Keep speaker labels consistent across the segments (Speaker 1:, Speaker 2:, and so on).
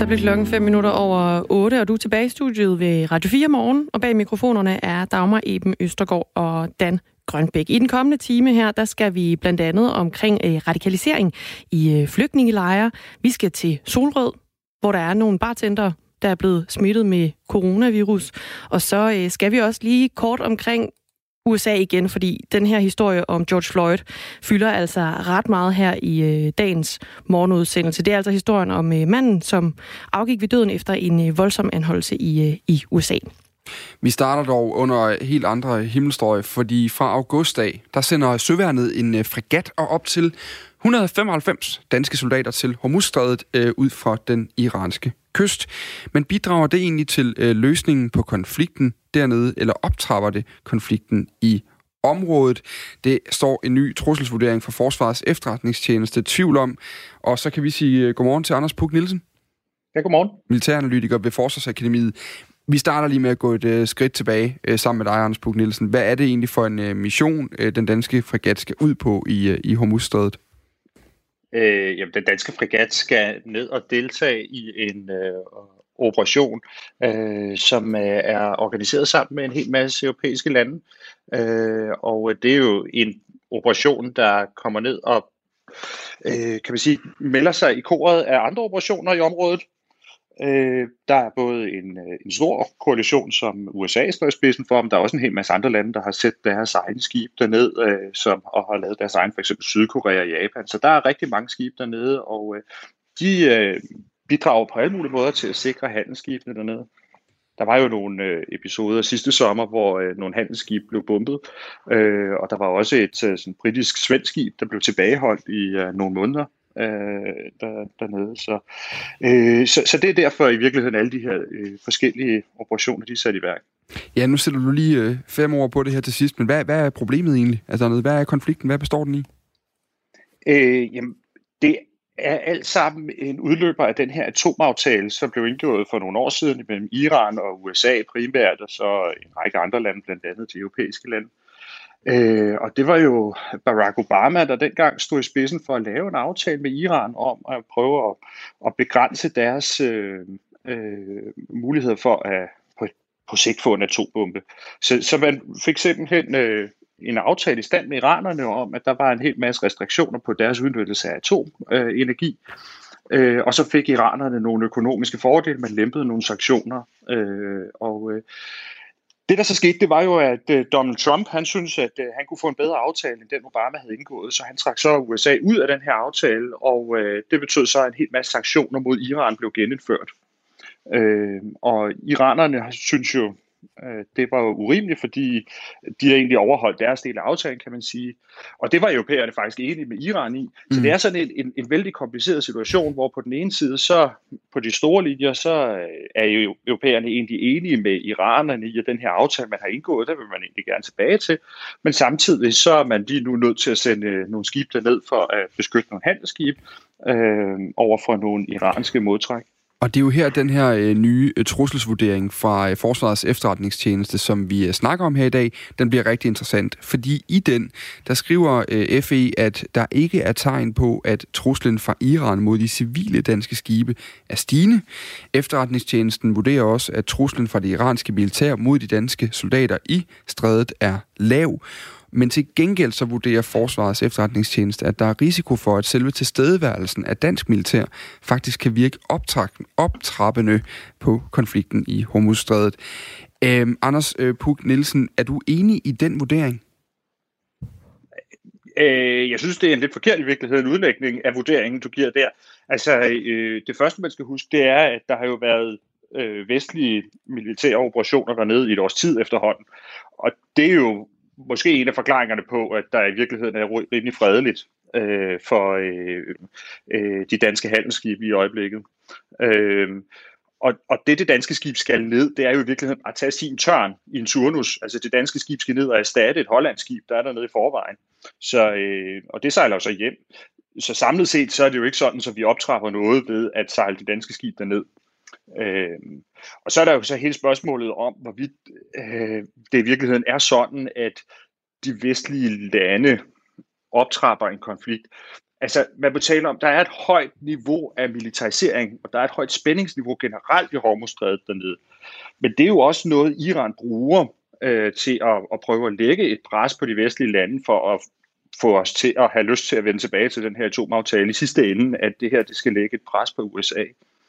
Speaker 1: Så blev klokken 8:05, og du er tilbage i studiet ved Radio 4 morgen, og bag mikrofonerne er Dagmar Eben Østergaard og Dan Grønbæk. I den kommende time her, der skal vi blandt andet omkring radikalisering i flygtningelejre. Vi skal til Solrød, hvor der er nogle bartendere, der er blevet smittet med coronavirus. Og så skal vi også lige kort omkring USA igen, fordi den her historie om George Floyd fylder altså ret meget her i dagens morgenudsendelse. Det er altså historien om manden, som afgik ved døden efter en voldsom anholdelse i USA.
Speaker 2: Vi starter dog under helt andre himmelstrøg, fordi fra augustdag, der sender Søværnet en fregat og op til 195 danske soldater til Hormuzstrædet ud fra den iranske kyst. Men bidrager det egentlig til løsningen på konflikten dernede, eller optrapper det konflikten i området? Det står en ny trusselsvurdering fra Forsvarets Efterretningstjeneste tvivl om. Og så kan vi sige godmorgen til Anders Puk Nielsen.
Speaker 3: Ja, godmorgen.
Speaker 2: Militæranalytiker ved Forsvarsakademiet. Vi starter lige med at gå et skridt tilbage sammen med dig, Anders Puk Nielsen. Hvad er det egentlig for en mission, den danske fregat skal ud på i Hormuzstrædet?
Speaker 3: Jamen, den danske fregat skal ned og deltage i en operation, som er organiseret sammen med en hel masse europæiske lande. Og det er jo en operation, der kommer ned og kan man sige, melder sig i koret af andre operationer i området. Der er både en stor koalition, som USA står i spidsen for, men der er også en hel masse andre lande, der har sendt deres egne skib derned, og har lavet deres egen, for eksempel Sydkorea og Japan. Så der er rigtig mange skib dernede, og de bidrager på alle mulige måder til at sikre handelsskibene dernede. Der var jo nogle episoder sidste sommer, hvor nogle handelsskib blev bombet, og der var også et sådan britisk-svensk skib, der blev tilbageholdt i nogle måneder dernede. Så det er derfor i virkeligheden alle de her forskellige operationer, de er sat i værk.
Speaker 2: Ja, nu sætter du lige 5 ord på det her til sidst, men hvad er problemet egentlig? Altså, hvad er konflikten? Hvad består den i?
Speaker 3: Jamen, det er alt sammen en udløber af den her atomaftale, som blev indgået for nogle år siden mellem Iran og USA primært, og så en række andre lande, blandt andet de europæiske lande. Og det var jo Barack Obama, der dengang stod i spidsen for at lave en aftale med Iran om at prøve at begrænse deres muligheder for at på sigt få en atombombe. Så man fik simpelthen en aftale i stand med iranerne om, at der var en hel masse restriktioner på deres udnyttelse af atomenergi. Og så fik iranerne nogle økonomiske fordele, man lempede nogle sanktioner. Det, der så skete, det var jo, at Donald Trump, han syntes, at han kunne få en bedre aftale, end den Obama havde indgået. Så han trak så USA ud af den her aftale, og det betød så, at en hel masse sanktioner mod Iran blev genindført. Og iranerne synes jo, det var jo urimeligt, fordi de har egentlig overholdt deres del af aftalen, kan man sige. Og det var europæerne faktisk enige med Iran i. Så det er sådan en vældig kompliceret situation, hvor på den ene side, så på de store linjer, så er jo europæerne egentlig enige med iranerne i, at den her aftale, man har indgået, der vil man egentlig gerne tilbage til. Men samtidig så er man lige nu nødt til at sende nogle skib derned for at beskytte nogle handelsskib over for nogle iranske modtræk.
Speaker 2: Og det er jo her, den her nye trusselsvurdering fra Forsvarets Efterretningstjeneste, som vi snakker om her i dag, den bliver rigtig interessant. Fordi i den, der skriver FE, at der ikke er tegn på, at truslen fra Iran mod de civile danske skibe er stigende. Efterretningstjenesten vurderer også, at truslen fra det iranske militær mod de danske soldater i strædet er lav. Men til gengæld så vurderer Forsvarets Efterretningstjeneste, at der er risiko for, at selve tilstedeværelsen af dansk militær faktisk kan virke optrappende på konflikten i Hormuzstrædet. Anders Puk Nielsen, er du enig i den vurdering?
Speaker 3: Jeg synes, det er en lidt forkert i virkeligheden udlægning af vurderingen, du giver der. Altså, det første, man skal huske, det er, at der har jo været vestlige militære operationer dernede i et års tid efterhånden. Og det er jo måske en af forklaringerne på, at der i virkeligheden er rimelig fredeligt for de danske handelsskibe i øjeblikket. Og det danske skib skal ned, det er jo i virkeligheden at tage sin tørn i en turnus. Altså det danske skib skal ned og erstatte et hollandsk skib, der er dernede i forvejen. Og det sejler jo så hjem. Så samlet set, så er det jo ikke sådan, så vi optrapper noget ved at sejle det danske skib derned. Og så er der jo så hele spørgsmålet om, hvorvidt det i virkeligheden er sådan, at de vestlige lande optrapper en konflikt. Altså, man må tale om, der er et højt niveau af militarisering, og der er et højt spændingsniveau generelt i Hormuzstrædet dernede. Men det er jo også noget, Iran bruger til at prøve at lægge et pres på de vestlige lande for at få os til at have lyst til at vende tilbage til den her atomaftale i sidste ende, at det her det skal lægge et pres på USA.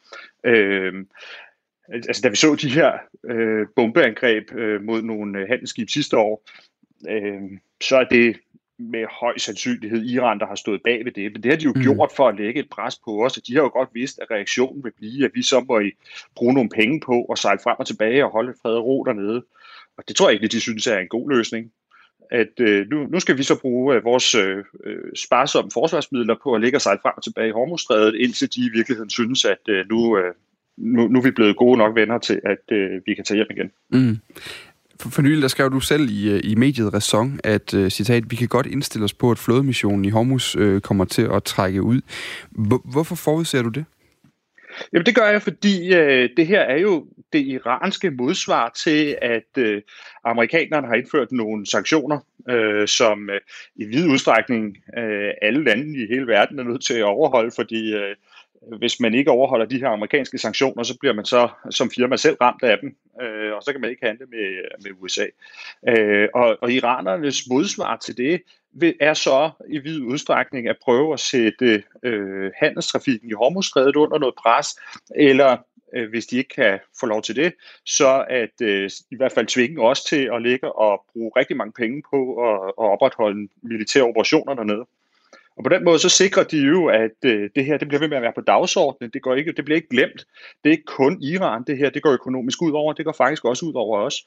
Speaker 3: Altså, da vi så de her bombeangreb mod nogle handelsskib sidste år, så er det med høj sandsynlighed Iran, der har stået bag ved det. Men det har de jo gjort for at lægge et pres på os, og de har jo godt vidst, at reaktionen vil blive, at vi så må bruge nogle penge på at sejle frem og tilbage og holde fred og ro dernede. Og det tror jeg ikke, de synes er en god løsning. At nu skal vi så bruge vores sparsomme forsvarsmidler på at ligge og sejle frem og tilbage i Hormuzstrædet, indtil de i virkeligheden synes, at nu er vi blevet gode nok venner til, at vi kan tage hjem igen.
Speaker 2: For nylig, der skrev du selv i mediet Ræson, at, citat, vi kan godt indstille os på, at flådemissionen i Hormuz kommer til at trække ud. Hvorfor forudser du det?
Speaker 3: Jamen det gør jeg, fordi det her er jo det iranske modsvar til, at amerikanerne har indført nogle sanktioner, som i vid udstrækning alle lande i hele verden er nødt til at overholde, fordi hvis man ikke overholder de her amerikanske sanktioner, så bliver man så som firma selv ramt af dem, og så kan man ikke handle med USA. Og iranernes modsvar til det er så i vid udstrækning at prøve at sætte handelstrafikken i Hormuzstrædet under noget pres, eller hvis de ikke kan få lov til det, så at i hvert fald tvinge os til at ligge og bruge rigtig mange penge på at opretholde militære operationer dernede. Og på den måde så sikrer de jo, at det her det bliver ved med at være på dagsordenen. Det bliver ikke glemt. Det er ikke kun Iran, det her. Det går økonomisk ud over. Det går faktisk også ud over os.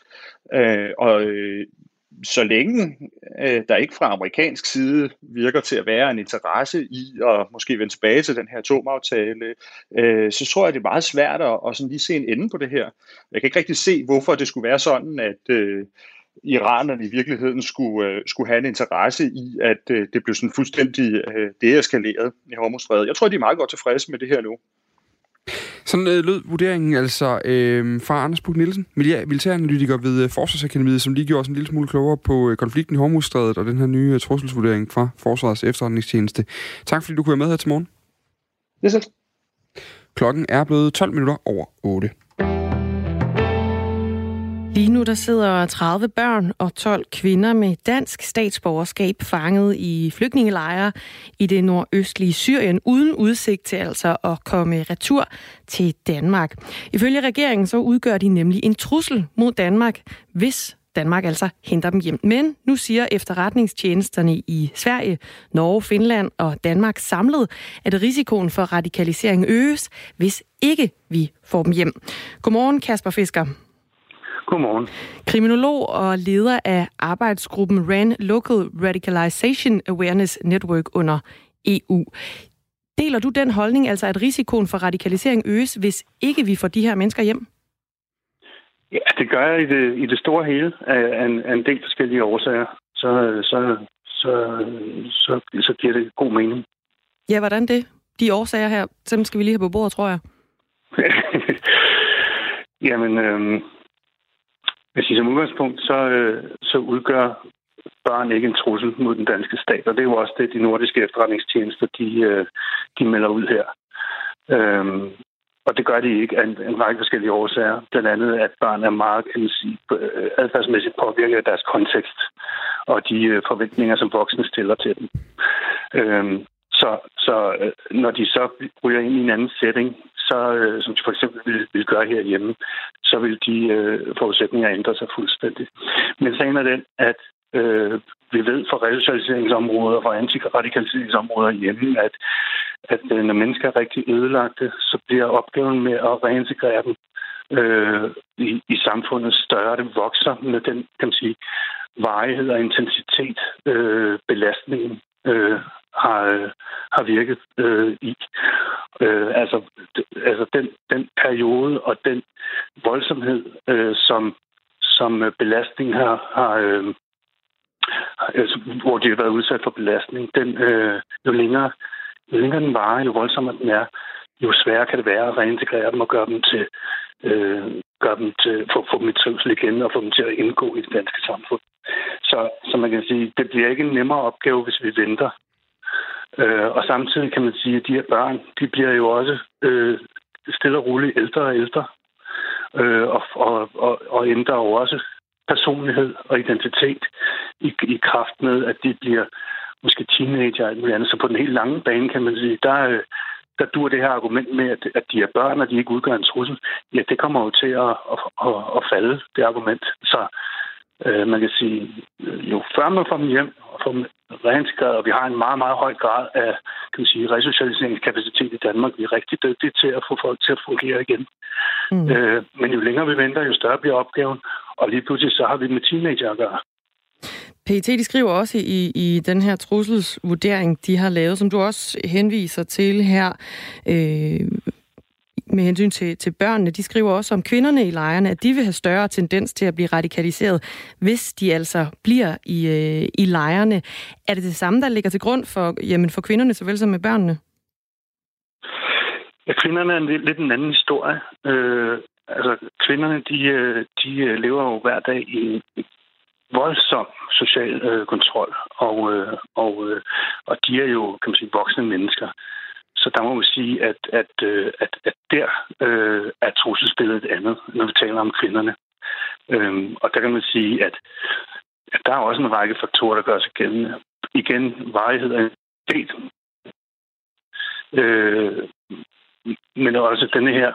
Speaker 3: Så længe der ikke fra amerikansk side virker til at være en interesse i at måske vende tilbage til den her atomaftale, så tror jeg, det er meget svært at sådan lige se en ende på det her. Jeg kan ikke rigtig se, hvorfor det skulle være sådan, at iranerne i virkeligheden skulle have en interesse i, at det blev sådan fuldstændig deeskaleret i Hormuzstrædet. Jeg tror, de er meget godt tilfredse med det her nu.
Speaker 2: Sådan lød vurderingen altså fra Anders Buch Nielsen, militæranalytiker ved Forsvarsakademiet, som lige gjorde os en lille smule klogere på konflikten i Hormuzstrædet og den her nye trusselsvurdering fra Forsvarets efterretningstjeneste. Tak fordi du kunne være med her til morgen.
Speaker 3: Det selv.
Speaker 2: Klokken er blevet 12 minutter over 8.
Speaker 1: Lige nu der sidder 30 børn og 12 kvinder med dansk statsborgerskab fanget i flygtningelejre i det nordøstlige Syrien, uden udsigt til altså at komme retur til Danmark. Ifølge regeringen så udgør de nemlig en trussel mod Danmark, hvis Danmark altså henter dem hjem. Men nu siger efterretningstjenesterne i Sverige, Norge, Finland og Danmark samlet, at risikoen for radikalisering øges, hvis ikke vi får dem hjem. Godmorgen, Kasper Fisker.
Speaker 4: Godmorgen.
Speaker 1: Kriminolog og leder af arbejdsgruppen RAN Local Radicalization Awareness Network under EU. Deler du den holdning, altså at risikoen for radikalisering øges, hvis ikke vi får de her mennesker hjem?
Speaker 4: Ja, det gør jeg i det store hele af en del forskellige årsager. Så giver det god mening.
Speaker 1: Ja, hvordan det? De årsager her, dem skal vi lige have på bordet, tror jeg.
Speaker 4: Jamen, hvis I som udgangspunkt, så udgør børn ikke en trussel mod den danske stat, og det er jo også det, de nordiske efterretningstjenester, de melder ud her. Og det gør de ikke af en række forskellige årsager. Blandt andet, at børn er meget, kan man sige, adfærdsmæssigt påvirket af deres kontekst og de forventninger, som voksne stiller til dem. Så når de så ryger ind i en anden setting, som de for eksempel vil gøre herhjemme, så vil de forudsætninger ændre sig fuldstændigt. Men sagen er den, at vi ved fra resocialiseringsområder og fra antiradikaliseringsområder hjemme, at når mennesker er rigtig ødelagte, så bliver opgaven med at reintegrere dem i samfundet større. Det vokser med den, kan man sige, varighed og intensitet, belastningen har virket i. Altså den periode og den voldsomhed, som belastning har hvor de har været udsat for belastning, jo længere den varer, jo voldsommere den er, jo sværere kan det være at reintegrere dem og gøre dem til få dem i trivsel igen og få dem til at indgå i det danske samfund. Så man kan sige, det bliver ikke en nemmere opgave, hvis vi venter. Og samtidig kan man sige, at de her børn, de bliver jo også stille og roligt ældre og ældre. Og ændrer jo også personlighed og identitet i kraft med, at de bliver måske teenager og alt muligt andet. Så på den helt lange bane, kan man sige, der dur det her argument med, at de er børn, og de ikke udgør en trussel. Ja, det kommer jo til at falde, det argument. Så man kan sige, jo før man får dem hjem og får dem reintegreret, og vi har en meget, meget høj grad af, kan man sige, resocialiseringskapacitet i Danmark. Vi er rigtig dygtige til at få folk til at fungere igen. Men jo længere vi venter, jo større bliver opgaven, og lige pludselig så har vi med teenager at gøre.
Speaker 1: PET, de skriver også i den her trusselsvurdering, de har lavet, som du også henviser til her, med hensyn til børnene. De skriver også om kvinderne i lejrene, at de vil have større tendens til at blive radikaliseret, hvis de altså bliver i lejrene. Er det det samme, der ligger til grund for kvinderne, såvel som med børnene?
Speaker 4: Ja, kvinderne er lidt en anden historie. Kvinderne, de lever jo hver dag i voldsom social kontrol, og de er jo, kan man sige, voksne mennesker. Så der må man sige, at der er trusselsbilledet andet, når vi taler om kvinderne. Og der kan man sige, at der er også en række faktorer, der gør sig gældende. Igen, varighed af identitet. Men også denne her,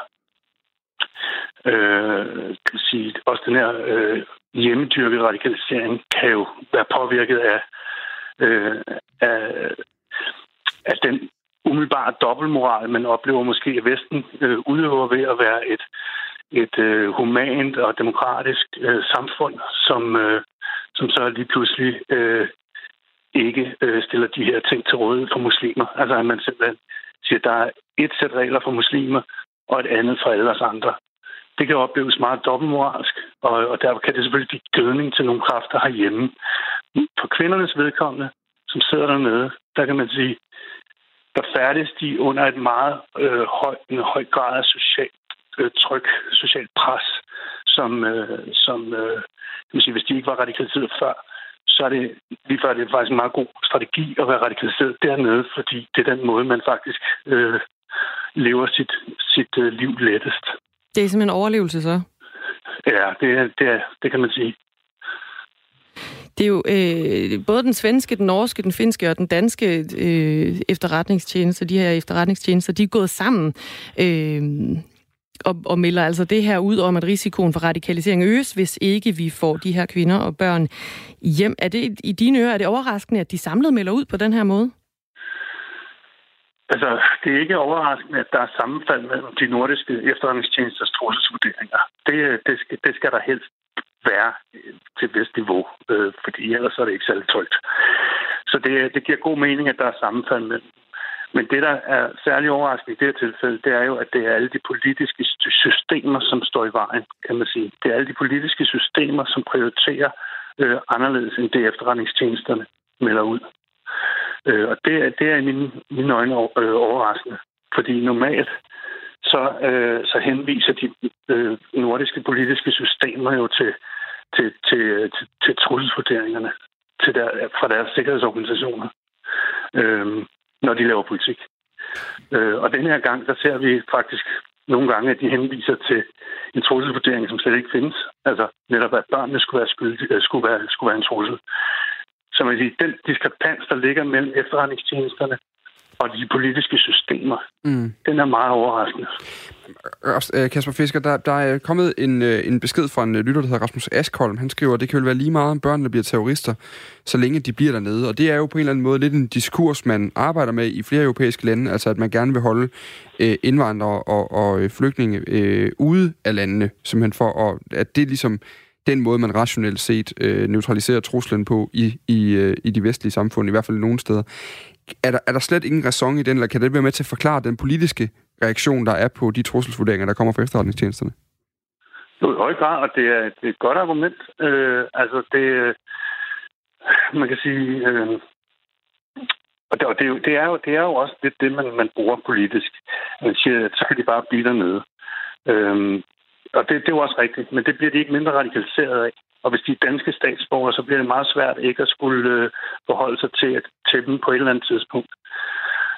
Speaker 4: kan man sige, også den her hjemmedyrkede radikalisering kan jo være påvirket af den umiddelbare dobbeltmoral, man oplever måske, at Vesten udøver ved at være et humant og demokratisk samfund, som så lige pludselig ikke stiller de her ting til rådighed for muslimer. Altså at man simpelthen siger, at der er et sæt regler for muslimer, og et andet for alle os andre. Det kan opleves meget dobbeltmoralsk, og derfor kan det selvfølgelig give gødning til nogle kræfter herhjemme. For kvindernes vedkommende, som sidder dernede, der kan man sige, der færdes de under et meget en høj grad af socialt tryk, socialt pres, som kan man sige, hvis de ikke var radikaliseret før, så er det lige før, det er faktisk en meget god strategi at være radikaliseret dernede, fordi det er den måde, man faktisk lever sit liv lettest.
Speaker 1: Det er simpelthen en overlevelse, så?
Speaker 4: Ja, det kan man sige.
Speaker 1: Det er jo både den svenske, den norske, den finske og den danske efterretningstjeneste, de her efterretningstjenester, de er gået sammen og melder altså det her ud om, at risikoen for radikalisering øges, hvis ikke vi får de her kvinder og børn hjem. Er det i dine ører, er det overraskende, at de samlet melder ud på den her måde?
Speaker 4: Altså, det er ikke overraskende, at der er sammenfald mellem de nordiske efterretningstjenesters trusselsvurderinger. Det skal der helst være til et vist niveau, fordi ellers er det ikke særlig trygt. Så det giver god mening, at der er sammenfald mellem. Men det, der er særlig overraskende i det her tilfælde, det er jo, at det er alle de politiske systemer, som står i vejen, kan man sige. Det er alle de politiske systemer, som prioriterer anderledes end det efterretningstjenesterne melder ud. Og det er i mine øjne overraskende, fordi normalt så henviser de nordiske systemer jo til trusselsvurderingerne fra deres sikkerhedsorganisationer, når de laver politik. Og denne her gang, der ser vi faktisk nogle gange, at de henviser til en trusselsvurdering, som slet ikke findes. Altså netop, at børnene skulle være en trussel. Så man siger, den diskrepans, der ligger mellem efterretningstjenesterne og de politiske systemer, den er meget overraskende.
Speaker 2: Kasper Fisker, der er kommet en besked fra en lytter, der hedder Rasmus Askholm. Han skriver, at det kan jo være lige meget, om børnene bliver terrorister, så længe de bliver dernede. Og det er jo på en eller anden måde lidt en diskurs, man arbejder med i flere europæiske lande, altså at man gerne vil holde indvandrere og flygtninge ude af landene, simpelthen for at det er ligesom den måde, man rationelt set neutraliserer truslen på i de vestlige samfund, i hvert fald nogle steder. Er der slet ingen ræson i den, eller kan det være med til at forklare den politiske reaktion, der er på de trusselsvurderinger, der kommer fra efterretningstjenesterne?
Speaker 4: Jo, i høj grad, og det er et godt argument. Man kan sige, og det er jo også det man bruger politisk. Man siger, at så kan de bare blive dernede. Og det er jo også rigtigt, men det bliver de ikke mindre radikaliseret af. Og hvis de er danske statsborgere, så bliver det meget svært ikke at skulle forholde sig til dem på et eller andet tidspunkt.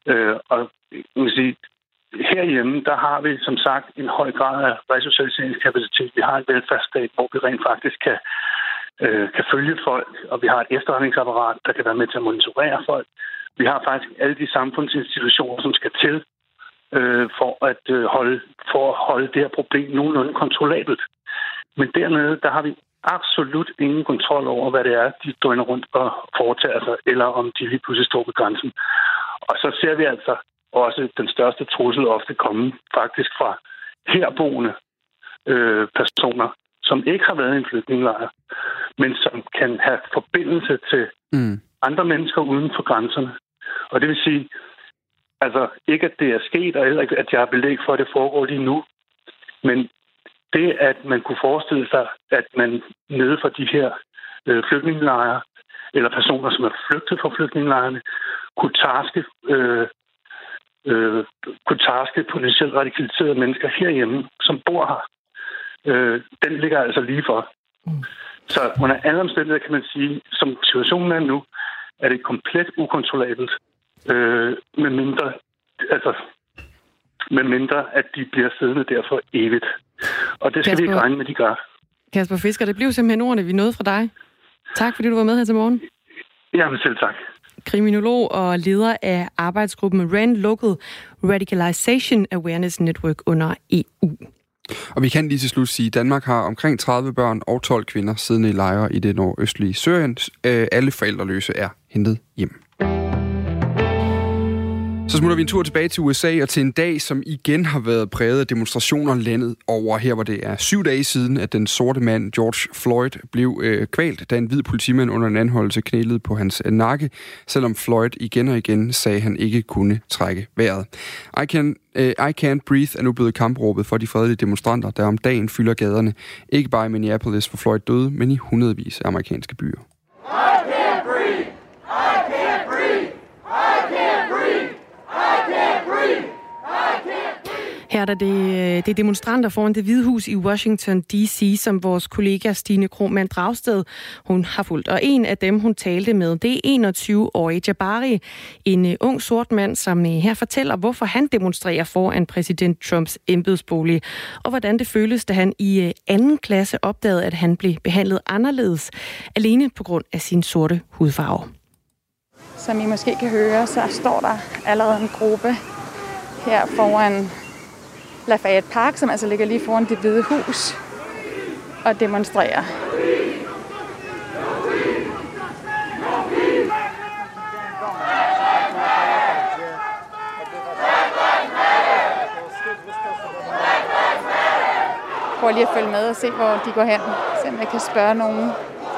Speaker 4: Og man kan sige, herhjemme, der har vi som sagt en høj grad af resocialiseringskapacitet. Vi har en velfærdsstat, hvor vi rent faktisk kan følge folk, og vi har et efterretningsapparat, der kan være med til at monitorere folk. Vi har faktisk alle de samfundsinstitutioner, som skal til for at holde det her problem nogenlunde kontrollabelt. Men dernede, der har vi absolut ingen kontrol over, hvad det er, de drøner rundt og foretager sig, eller om de lige pludselig står ved grænsen. Og så ser vi altså også den største trussel ofte komme faktisk fra herboende personer, som ikke har været i en flygtningelejr, men som kan have forbindelse til andre mennesker uden for grænserne. Og det vil sige, altså ikke at det er sket, og heller ikke at jeg har belæg for, at det foregår lige nu, men det, at man kunne forestille sig, at man nede for de her flygtningelejre, eller personer, som er flygtet fra flygtningelejrene, kunne taske potentielt radikaliserede mennesker herhjemme, som bor her. Den ligger altså lige for. Så under alle omstændigheder kan man sige, som situationen er nu, er det komplet ukontrollabelt, med mindre at de bliver siddende der for evigt. Og det skal vi ikke regne med, de gør.
Speaker 1: Kasper Fisker, det blev simpelthen ordene, vi nåede fra dig. Tak, fordi du var med her til morgen.
Speaker 4: Jamen selv tak.
Speaker 1: Kriminolog og leder af arbejdsgruppen RAND Local Radicalization Awareness Network under EU.
Speaker 2: Og vi kan lige til slut sige, at Danmark har omkring 30 børn og 12 kvinder siddende i lejre i det nordøstlige Syrien. Alle forældreløse er hentet hjem. Så smutter vi en tur tilbage til USA og til en dag, som igen har været præget af demonstrationer landet over. Her hvor det er 7 dage siden, at den sorte mand George Floyd blev kvalt, da en hvid politimand under en anholdelse knælede på hans nakke, selvom Floyd igen og igen sagde, at han ikke kunne trække vejret. I Can't Breathe er nu blevet kampråbet for de fredelige demonstranter, der om dagen fylder gaderne, ikke bare i Minneapolis, hvor Floyd døde, men i hundredvis af amerikanske byer.
Speaker 5: I can't breathe! I can't breathe! I can't breathe! I can't breathe! I can't breathe!
Speaker 1: Her er det demonstranter foran Det Hvide Hus i Washington D.C., som vores kollega Stine Krohmann Dragsted, hun har fulgt. Og en af dem, hun talte med, det er 21-årige Jabari, en ung sort mand, som her fortæller, hvorfor han demonstrerer foran præsident Trumps embedsbolig, og hvordan det føles, da han i 2. klasse opdagede, at han blev behandlet anderledes, alene på grund af sin sorte hudfarve.
Speaker 6: Som I måske kan høre, så står der allerede en gruppe her foran Lafayette Park, som altså ligger lige foran Det Hvide Hus, og demonstrerer. Prøv lige at følge med og se, hvor de går hen, så jeg kan spørge nogen.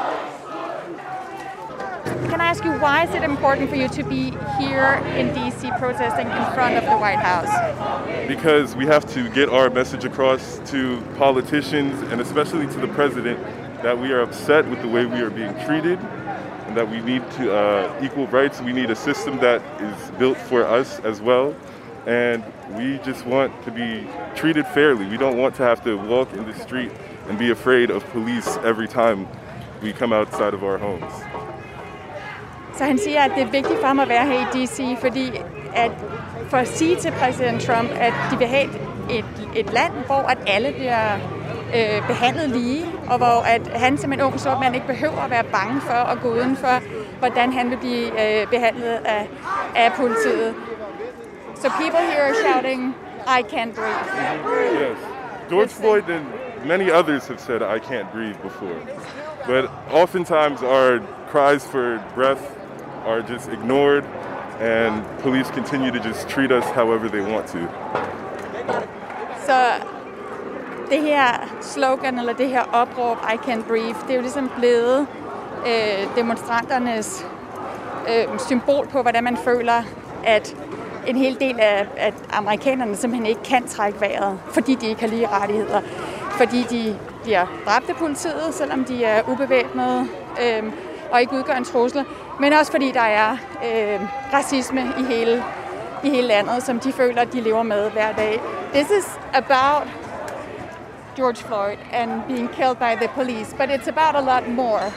Speaker 6: Can I ask you, why is it important for you to be here in D.C. protesting in front of the White House?
Speaker 7: Because we have to get our message across to politicians and especially to the president that we are upset with the way we are being treated and that we need to equal rights. We need a system that is built for us as well. And we just want to be treated fairly. We don't want to have to walk in the street and be afraid of police every time we come outside of our homes.
Speaker 6: Så han siger, at det er vigtigt for ham at være her i D.C., fordi for at sige til præsident Trump, at de vil have et land, hvor at alle bliver behandlet lige, og hvor at han som en ung sort mand ikke behøver at være bange for at gå uden for, hvordan han vil blive behandlet af politiet. So people here are shouting, I can't breathe.
Speaker 7: Yes. George Floyd and many others have said, I can't breathe before. But oftentimes our cries for breath are just ignored, and police continue to just treat us however they want to.
Speaker 6: Så det her slogan, eller det her opråb, I can't breathe, det er jo ligesom blevet demonstranternes symbol på, hvordan man føler, at en hel del af amerikanerne simpelthen ikke kan trække vejret, fordi de ikke har lige rettigheder. Fordi de bliver dræbt af politiet, selvom de er ubevæbnede og ikke udgør en trussel. Men også fordi der er racisme i hele landet, som de føler, at de lever med hver dag. This is about George Floyd and being killed by the police, but it's about a lot more.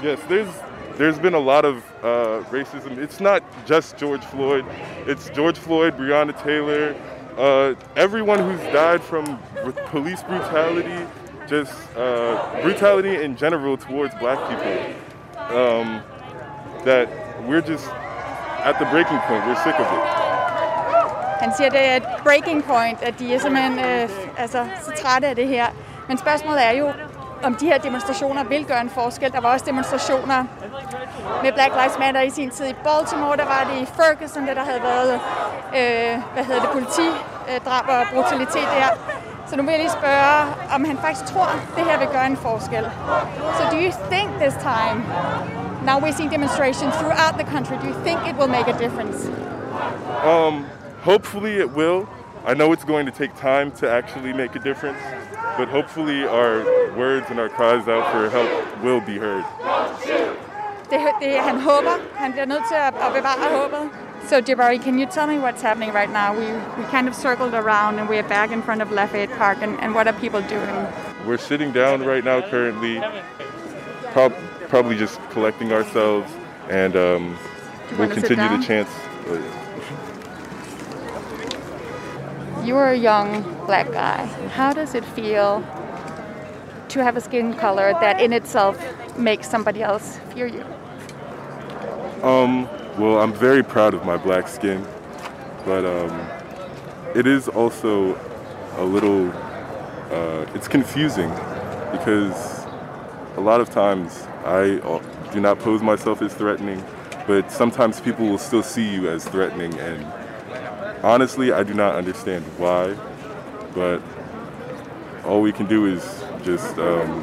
Speaker 7: Yes, there's been a lot of racism. It's not just George Floyd. It's George Floyd, Breonna Taylor, everyone who's died from police brutality, just brutality in general towards black people. That we're just at the breaking point. We're sick of it.
Speaker 6: Han siger, det er et breaking point, at de er simpelthen så trætte af det her. Men spørgsmålet er jo, om de her demonstrationer vil gøre en forskel. Der var også demonstrationer med Black Lives Matter i sin tid i Baltimore. Der var det i Ferguson, der havde været politidrab og brutalitet der. Så nu vil jeg lige spørge, om han faktisk tror, at det her vil gøre en forskel. So do you think this time, now we're seeing demonstrations throughout the country, do you think it will make a difference?
Speaker 7: Hopefully it will. I know it's going to take time to actually make a difference, but hopefully our words and our cries out for help will be heard.
Speaker 6: Han håber. Han bliver nødt til at bevare håbet. So Jabari, can you tell me what's happening right now? We kind of circled around and we're back in front of Lafayette Park, and what are people doing?
Speaker 7: We're sitting down right now currently, probably just collecting ourselves, and we'll continue the chants.
Speaker 6: You're a young black guy. How does it feel to have a skin color that in itself makes somebody else fear you?
Speaker 7: Well, I'm very proud of my black skin, but it is also a little, it's confusing because a lot of times I do not pose myself as threatening, but sometimes people will still see you as threatening, and honestly, I do not understand why, but all we can do is just,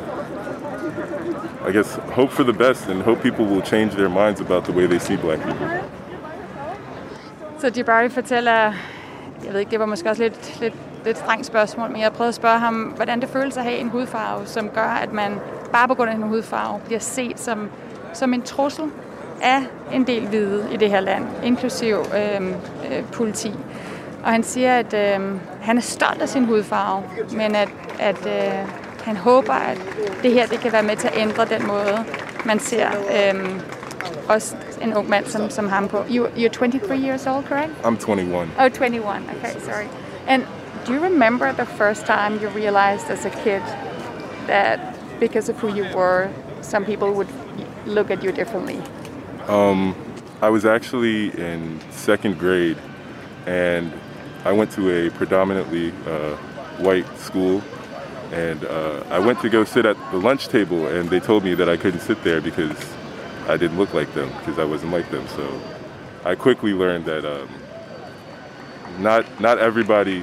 Speaker 7: I guess, hope for the best and hope people will change their minds about the way they see black people.
Speaker 6: Så Jabari fortæller, jeg ved ikke, det var måske også lidt strengt spørgsmål, men jeg prøvede at spørge ham, hvordan det føles at have en hudfarve, som gør, at man bare på grund af en hudfarve bliver set som en trussel af en del hvide i det her land, inklusiv politi. Og han siger, at han er stolt af sin hudfarve, men at han håber, at det her det kan være med til at ændre den måde, man ser også en ung mand som ham på. You're 23 years old, correct?
Speaker 7: I'm 21.
Speaker 6: Oh, 21. Okay, sorry. And do you remember the first time you realized as a kid that because of who you were, some people would look at you differently?
Speaker 7: I was actually in second grade, and I went to a predominantly white school, and I went to go sit at the lunch table, and they told me that I couldn't sit there because I didn't look like them, because I wasn't like them. So I quickly learned that not everybody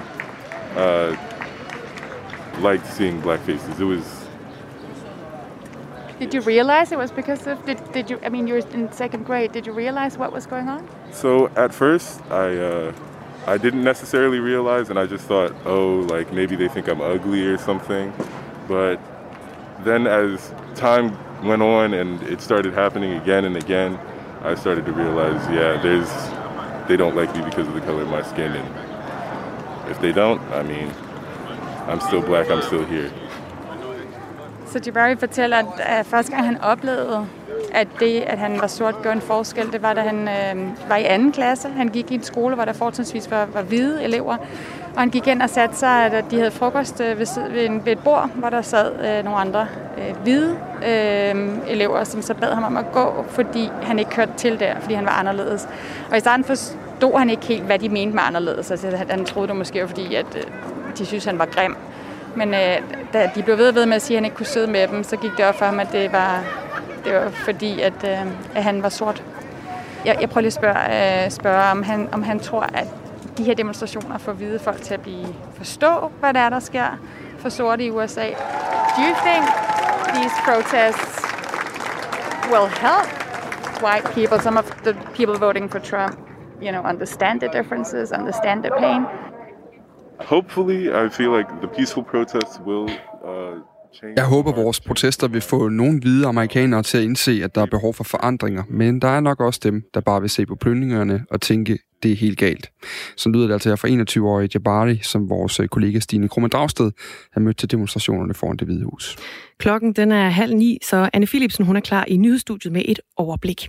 Speaker 7: liked seeing black faces. It was.
Speaker 6: Did you realize it was because of? Did you? I mean, you were in second grade. Did you realize what was going on?
Speaker 7: So at first, I didn't necessarily realize, and I just thought, oh, like maybe they think I'm ugly or something. But then as time went on and it started happening again and again, I started to realize, yeah, they don't like me because of the color of my skin, and if they don't, I mean, I'm still black, I'm still here.
Speaker 6: Så Jabari fortæller, at første gang han oplevede, at det, at han var sort, gjorde en forskel, det var, da han var i anden klasse. Han gik i en skole, hvor der fortrinsvis var hvide elever. Og han gik ind og satte sig, at de havde frokost ved et bord, hvor der sad nogle andre hvide elever, som så bad ham om at gå, fordi han ikke kørte til der, fordi han var anderledes. Og i starten forstod han ikke helt, hvad de mente med anderledes. Altså, han troede det måske var, fordi at, de synes han var grim. Men da de blev ved med at sige, at han ikke kunne sidde med dem, så gik det op for ham, at det var fordi, at han var sort. Jeg prøver lige at spørge om han tror, at de her demonstrationer får hvide folk til at forstå, hvad der sker for sorte i USA. Do you think these protests will help white people, some of the people voting for Trump, understand the differences, understand the pain?
Speaker 7: Hopefully, I feel like the peaceful protests will change.
Speaker 2: Jeg håber, vores protester vil få nogle hvide amerikanere til at indse, at der er behov for forandringer, men der er nok også dem, der bare vil se på plyndringerne og tænke, det er helt galt. Så lyder det altså her fra 21-årige Jabari, som vores kollega Stine Kromme Dragsted har mødt til demonstrationerne foran Det Hvide Hus.
Speaker 1: Klokken den er 8:30, så Anne Philipsen hun er klar i nyhedsstudiet med et overblik.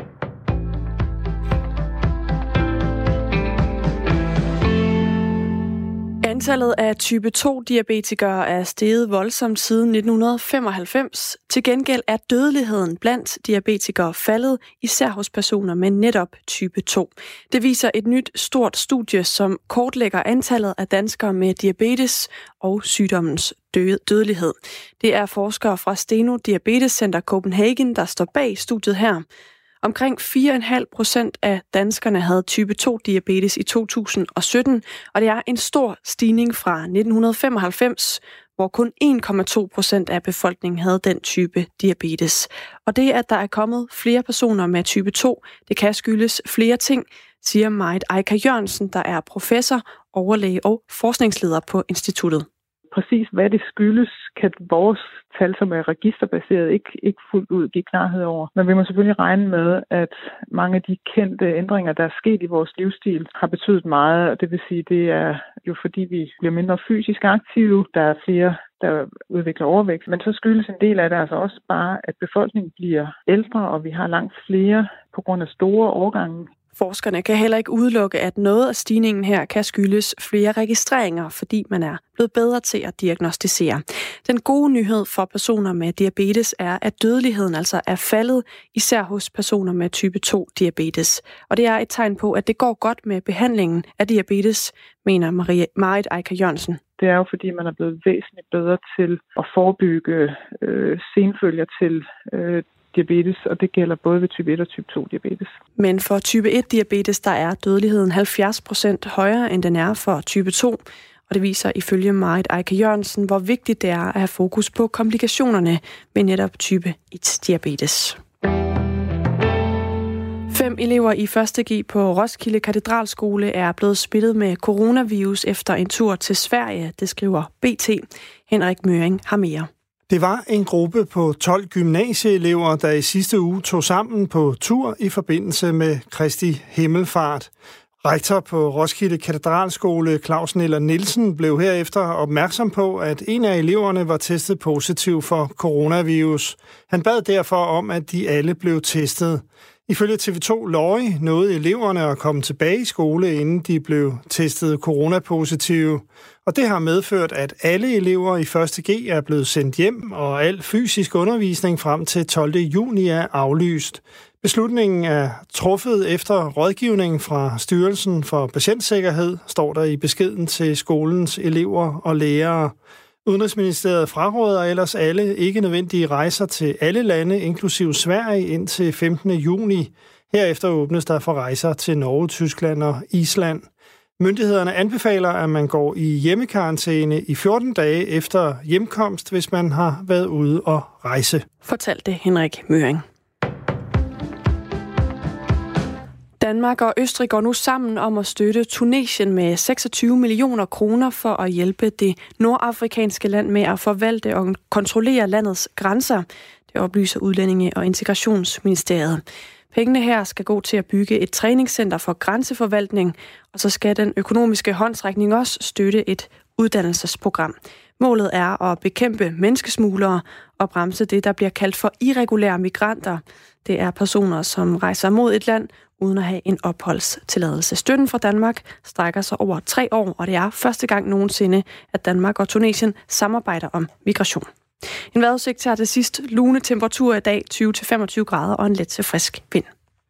Speaker 8: Antallet af type 2-diabetikere er steget voldsomt siden 1995. Til gengæld er dødeligheden blandt diabetikere faldet, især hos personer med netop type 2. Det viser et nyt stort studie, som kortlægger antallet af danskere med diabetes og sygdommens dødelighed. Det er forskere fra Steno Diabetes Center Copenhagen, der står bag studiet her. Omkring 4,5% af danskerne havde type 2-diabetes i 2017, og det er en stor stigning fra 1995, hvor kun 1,2% af befolkningen havde den type diabetes. Og det, at der er kommet flere personer med type 2, det kan skyldes flere ting, siger Marit Eika Jørgensen, der er professor, overlæge og forskningsleder på instituttet.
Speaker 9: Præcis hvad det skyldes, kan vores tal, som er registerbaseret, ikke fuldt ud give klarhed over. Men vi må selvfølgelig regne med, at mange af de kendte ændringer, der er sket i vores livsstil, har betydet meget. Og det vil sige, det er jo fordi, vi bliver mindre fysisk aktive. Der er flere, der udvikler overvægt. Men så skyldes en del af det altså også bare, at befolkningen bliver ældre, og vi har langt flere på grund af store årgange.
Speaker 8: Forskerne kan heller ikke udelukke, at noget af stigningen her kan skyldes flere registreringer, fordi man er blevet bedre til at diagnostisere. Den gode nyhed for personer med diabetes er, at dødeligheden altså er faldet, især hos personer med type 2-diabetes. Og det er et tegn på, at det går godt med behandlingen af diabetes, mener Marit Eika Jørgensen.
Speaker 9: Det er jo fordi, man er blevet væsentligt bedre til at forebygge senfølger til diabetes, og det gælder både ved type 1 og type 2 diabetes.
Speaker 8: Men for type 1 diabetes, der er dødeligheden 70% højere, end den er for type 2. Og det viser ifølge Marit Eika Jørgensen, hvor vigtigt det er at have fokus på komplikationerne ved netop type 1 diabetes. 5 elever i 1. G på Roskilde Katedralskole er blevet smittet med coronavirus efter en tur til Sverige, det skriver BT. Henrik Møring har mere.
Speaker 10: Det var en gruppe på 12 gymnasieelever, der i sidste uge tog sammen på tur i forbindelse med Kristi Himmelfart. Rektor på Roskilde Katedralskole, Claus Neller Nielsen, blev herefter opmærksom på, at en af eleverne var testet positiv for coronavirus. Han bad derfor om, at de alle blev testet. Ifølge TV2 Løje nåede eleverne at komme tilbage i skole, inden de blev testet coronapositive. Og det har medført, at alle elever i 1. G er blevet sendt hjem, og al fysisk undervisning frem til 12. juni er aflyst. Beslutningen er truffet efter rådgivning fra Styrelsen for Patientsikkerhed, står der i beskeden til skolens elever og lærere. Udenrigsministeriet fraråder ellers alle ikke nødvendige rejser til alle lande, inklusive Sverige, indtil 15. juni. Herefter åbnes der for rejser til Norge, Tyskland og Island. Myndighederne anbefaler, at man går i hjemmekarantæne i 14 dage efter hjemkomst, hvis man har været ude og rejse.
Speaker 8: Fortalte Henrik Møring. Danmark og Østrig går nu sammen om at støtte Tunesien med 26 millioner kroner for at hjælpe det nordafrikanske land med at forvalte og kontrollere landets grænser. Det oplyser Udlændinge- og Integrationsministeriet. Pengene her skal gå til at bygge et træningscenter for grænseforvaltning, og så skal den økonomiske håndsrækning også støtte et uddannelsesprogram. Målet er at bekæmpe menneskesmuglere og bremse det, der bliver kaldt for irregulære migranter. Det er personer, som rejser mod et land uden at have en opholdstilladelse. Støtten fra Danmark strækker sig over 3 år, og det er første gang nogensinde, at Danmark og Tunesien samarbejder om migration. En vejrudsigt til til sidst lune temperatur i dag 20-25 grader og en let til frisk vind.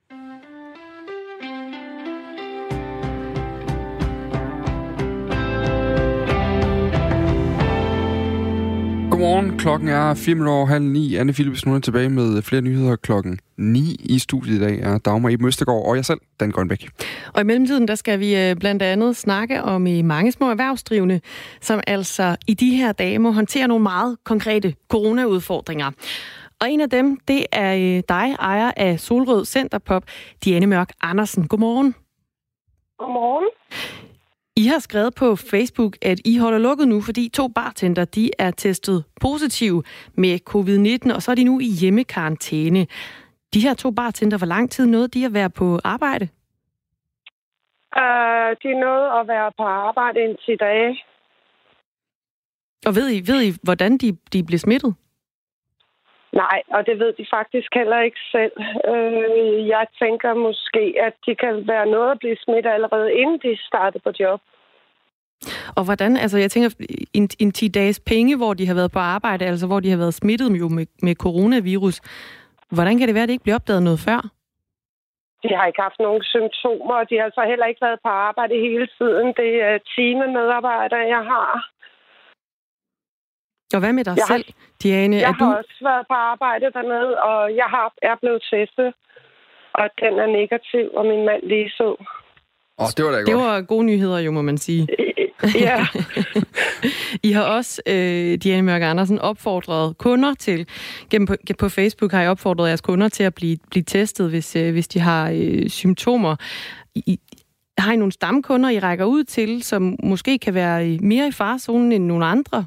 Speaker 2: Godmorgen, klokken er 8:05. Anne Philipsen, nu er tilbage med flere nyheder klokken 9 i studiet i dag er Dagmar Eben Østergaard og jeg selv, Dan Grønbæk.
Speaker 1: Og i mellemtiden, der skal vi blandt andet snakke om mange små erhvervsdrivende, som altså i de her dage må håndtere nogle meget konkrete coronaudfordringer. Og en af dem, det er dig, ejer af Solrød Centerpop, Diane Mørk Andersen. Godmorgen.
Speaker 11: Godmorgen.
Speaker 1: I har skrevet på Facebook, at I holder lukket nu, fordi 2 bartender, de er testet positive med covid-19, og så er de nu i hjemmekarantæne. De her 2 bartender, hvor lang tid nåede de at være på arbejde?
Speaker 11: De nåede at være på arbejde i 10 dage.
Speaker 1: Og ved I hvordan de blev smittet?
Speaker 11: Nej, og det ved de faktisk heller ikke selv. Jeg tænker måske, at de kan være noget at blive smittet allerede inden de startede på job.
Speaker 1: Og hvordan, altså jeg tænker, en 10 dages penge, hvor de har været på arbejde, altså hvor de har været smittet jo med coronavirus, hvordan kan det være, at det ikke bliver opdaget noget før?
Speaker 11: De har ikke haft nogen symptomer, og de har altså heller ikke været på arbejde hele tiden. Det er teammedarbejdere, jeg har.
Speaker 1: Og hvad med dig selv, Diane?
Speaker 11: Jeg har også været på arbejde dernede, og jeg er blevet testet, og den er negativ, og min mand lige så.
Speaker 2: Det var da godt.
Speaker 1: Det var gode nyheder jo, må man sige.
Speaker 11: Ja.
Speaker 1: I har også, Diane Mørk Andersen, opfordret kunder til, på Facebook har I opfordret jeres kunder til at blive testet, hvis de har symptomer. Har I nogle stamkunder, I rækker ud til, som måske kan være mere i farezonen end nogle andre?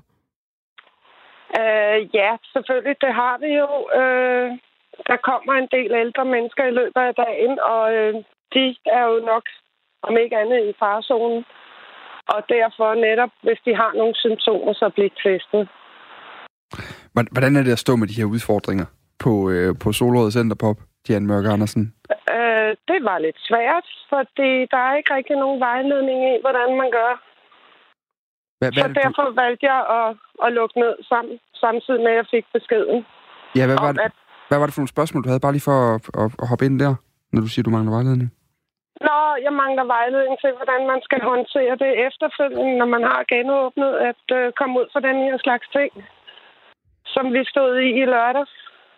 Speaker 11: Ja, selvfølgelig, det har vi jo. Der kommer en del ældre mennesker i løbet af dagen, og de er jo nok, om ikke andet, i farezonen. Og derfor netop, hvis de har nogle symptomer, så bliver testet.
Speaker 2: Hvordan er det at stå med de her udfordringer på Solrød Centerpop, Diane Mørk Andersen?
Speaker 11: Det var lidt svært, fordi der er ikke rigtig nogen vejledning i, hvordan man gør. Så derfor valgte jeg at lukke ned samtidig med, at jeg fik beskeden.
Speaker 2: Ja, hvad var det for nogle spørgsmål, du havde bare lige for at hoppe ind der, når du siger, du mangler vejledning?
Speaker 11: Jeg mangler vejledning til, hvordan man skal håndtere det efterfølgende, når man har genåbnet, at komme ud for den her slags ting, som vi stod i lørdags.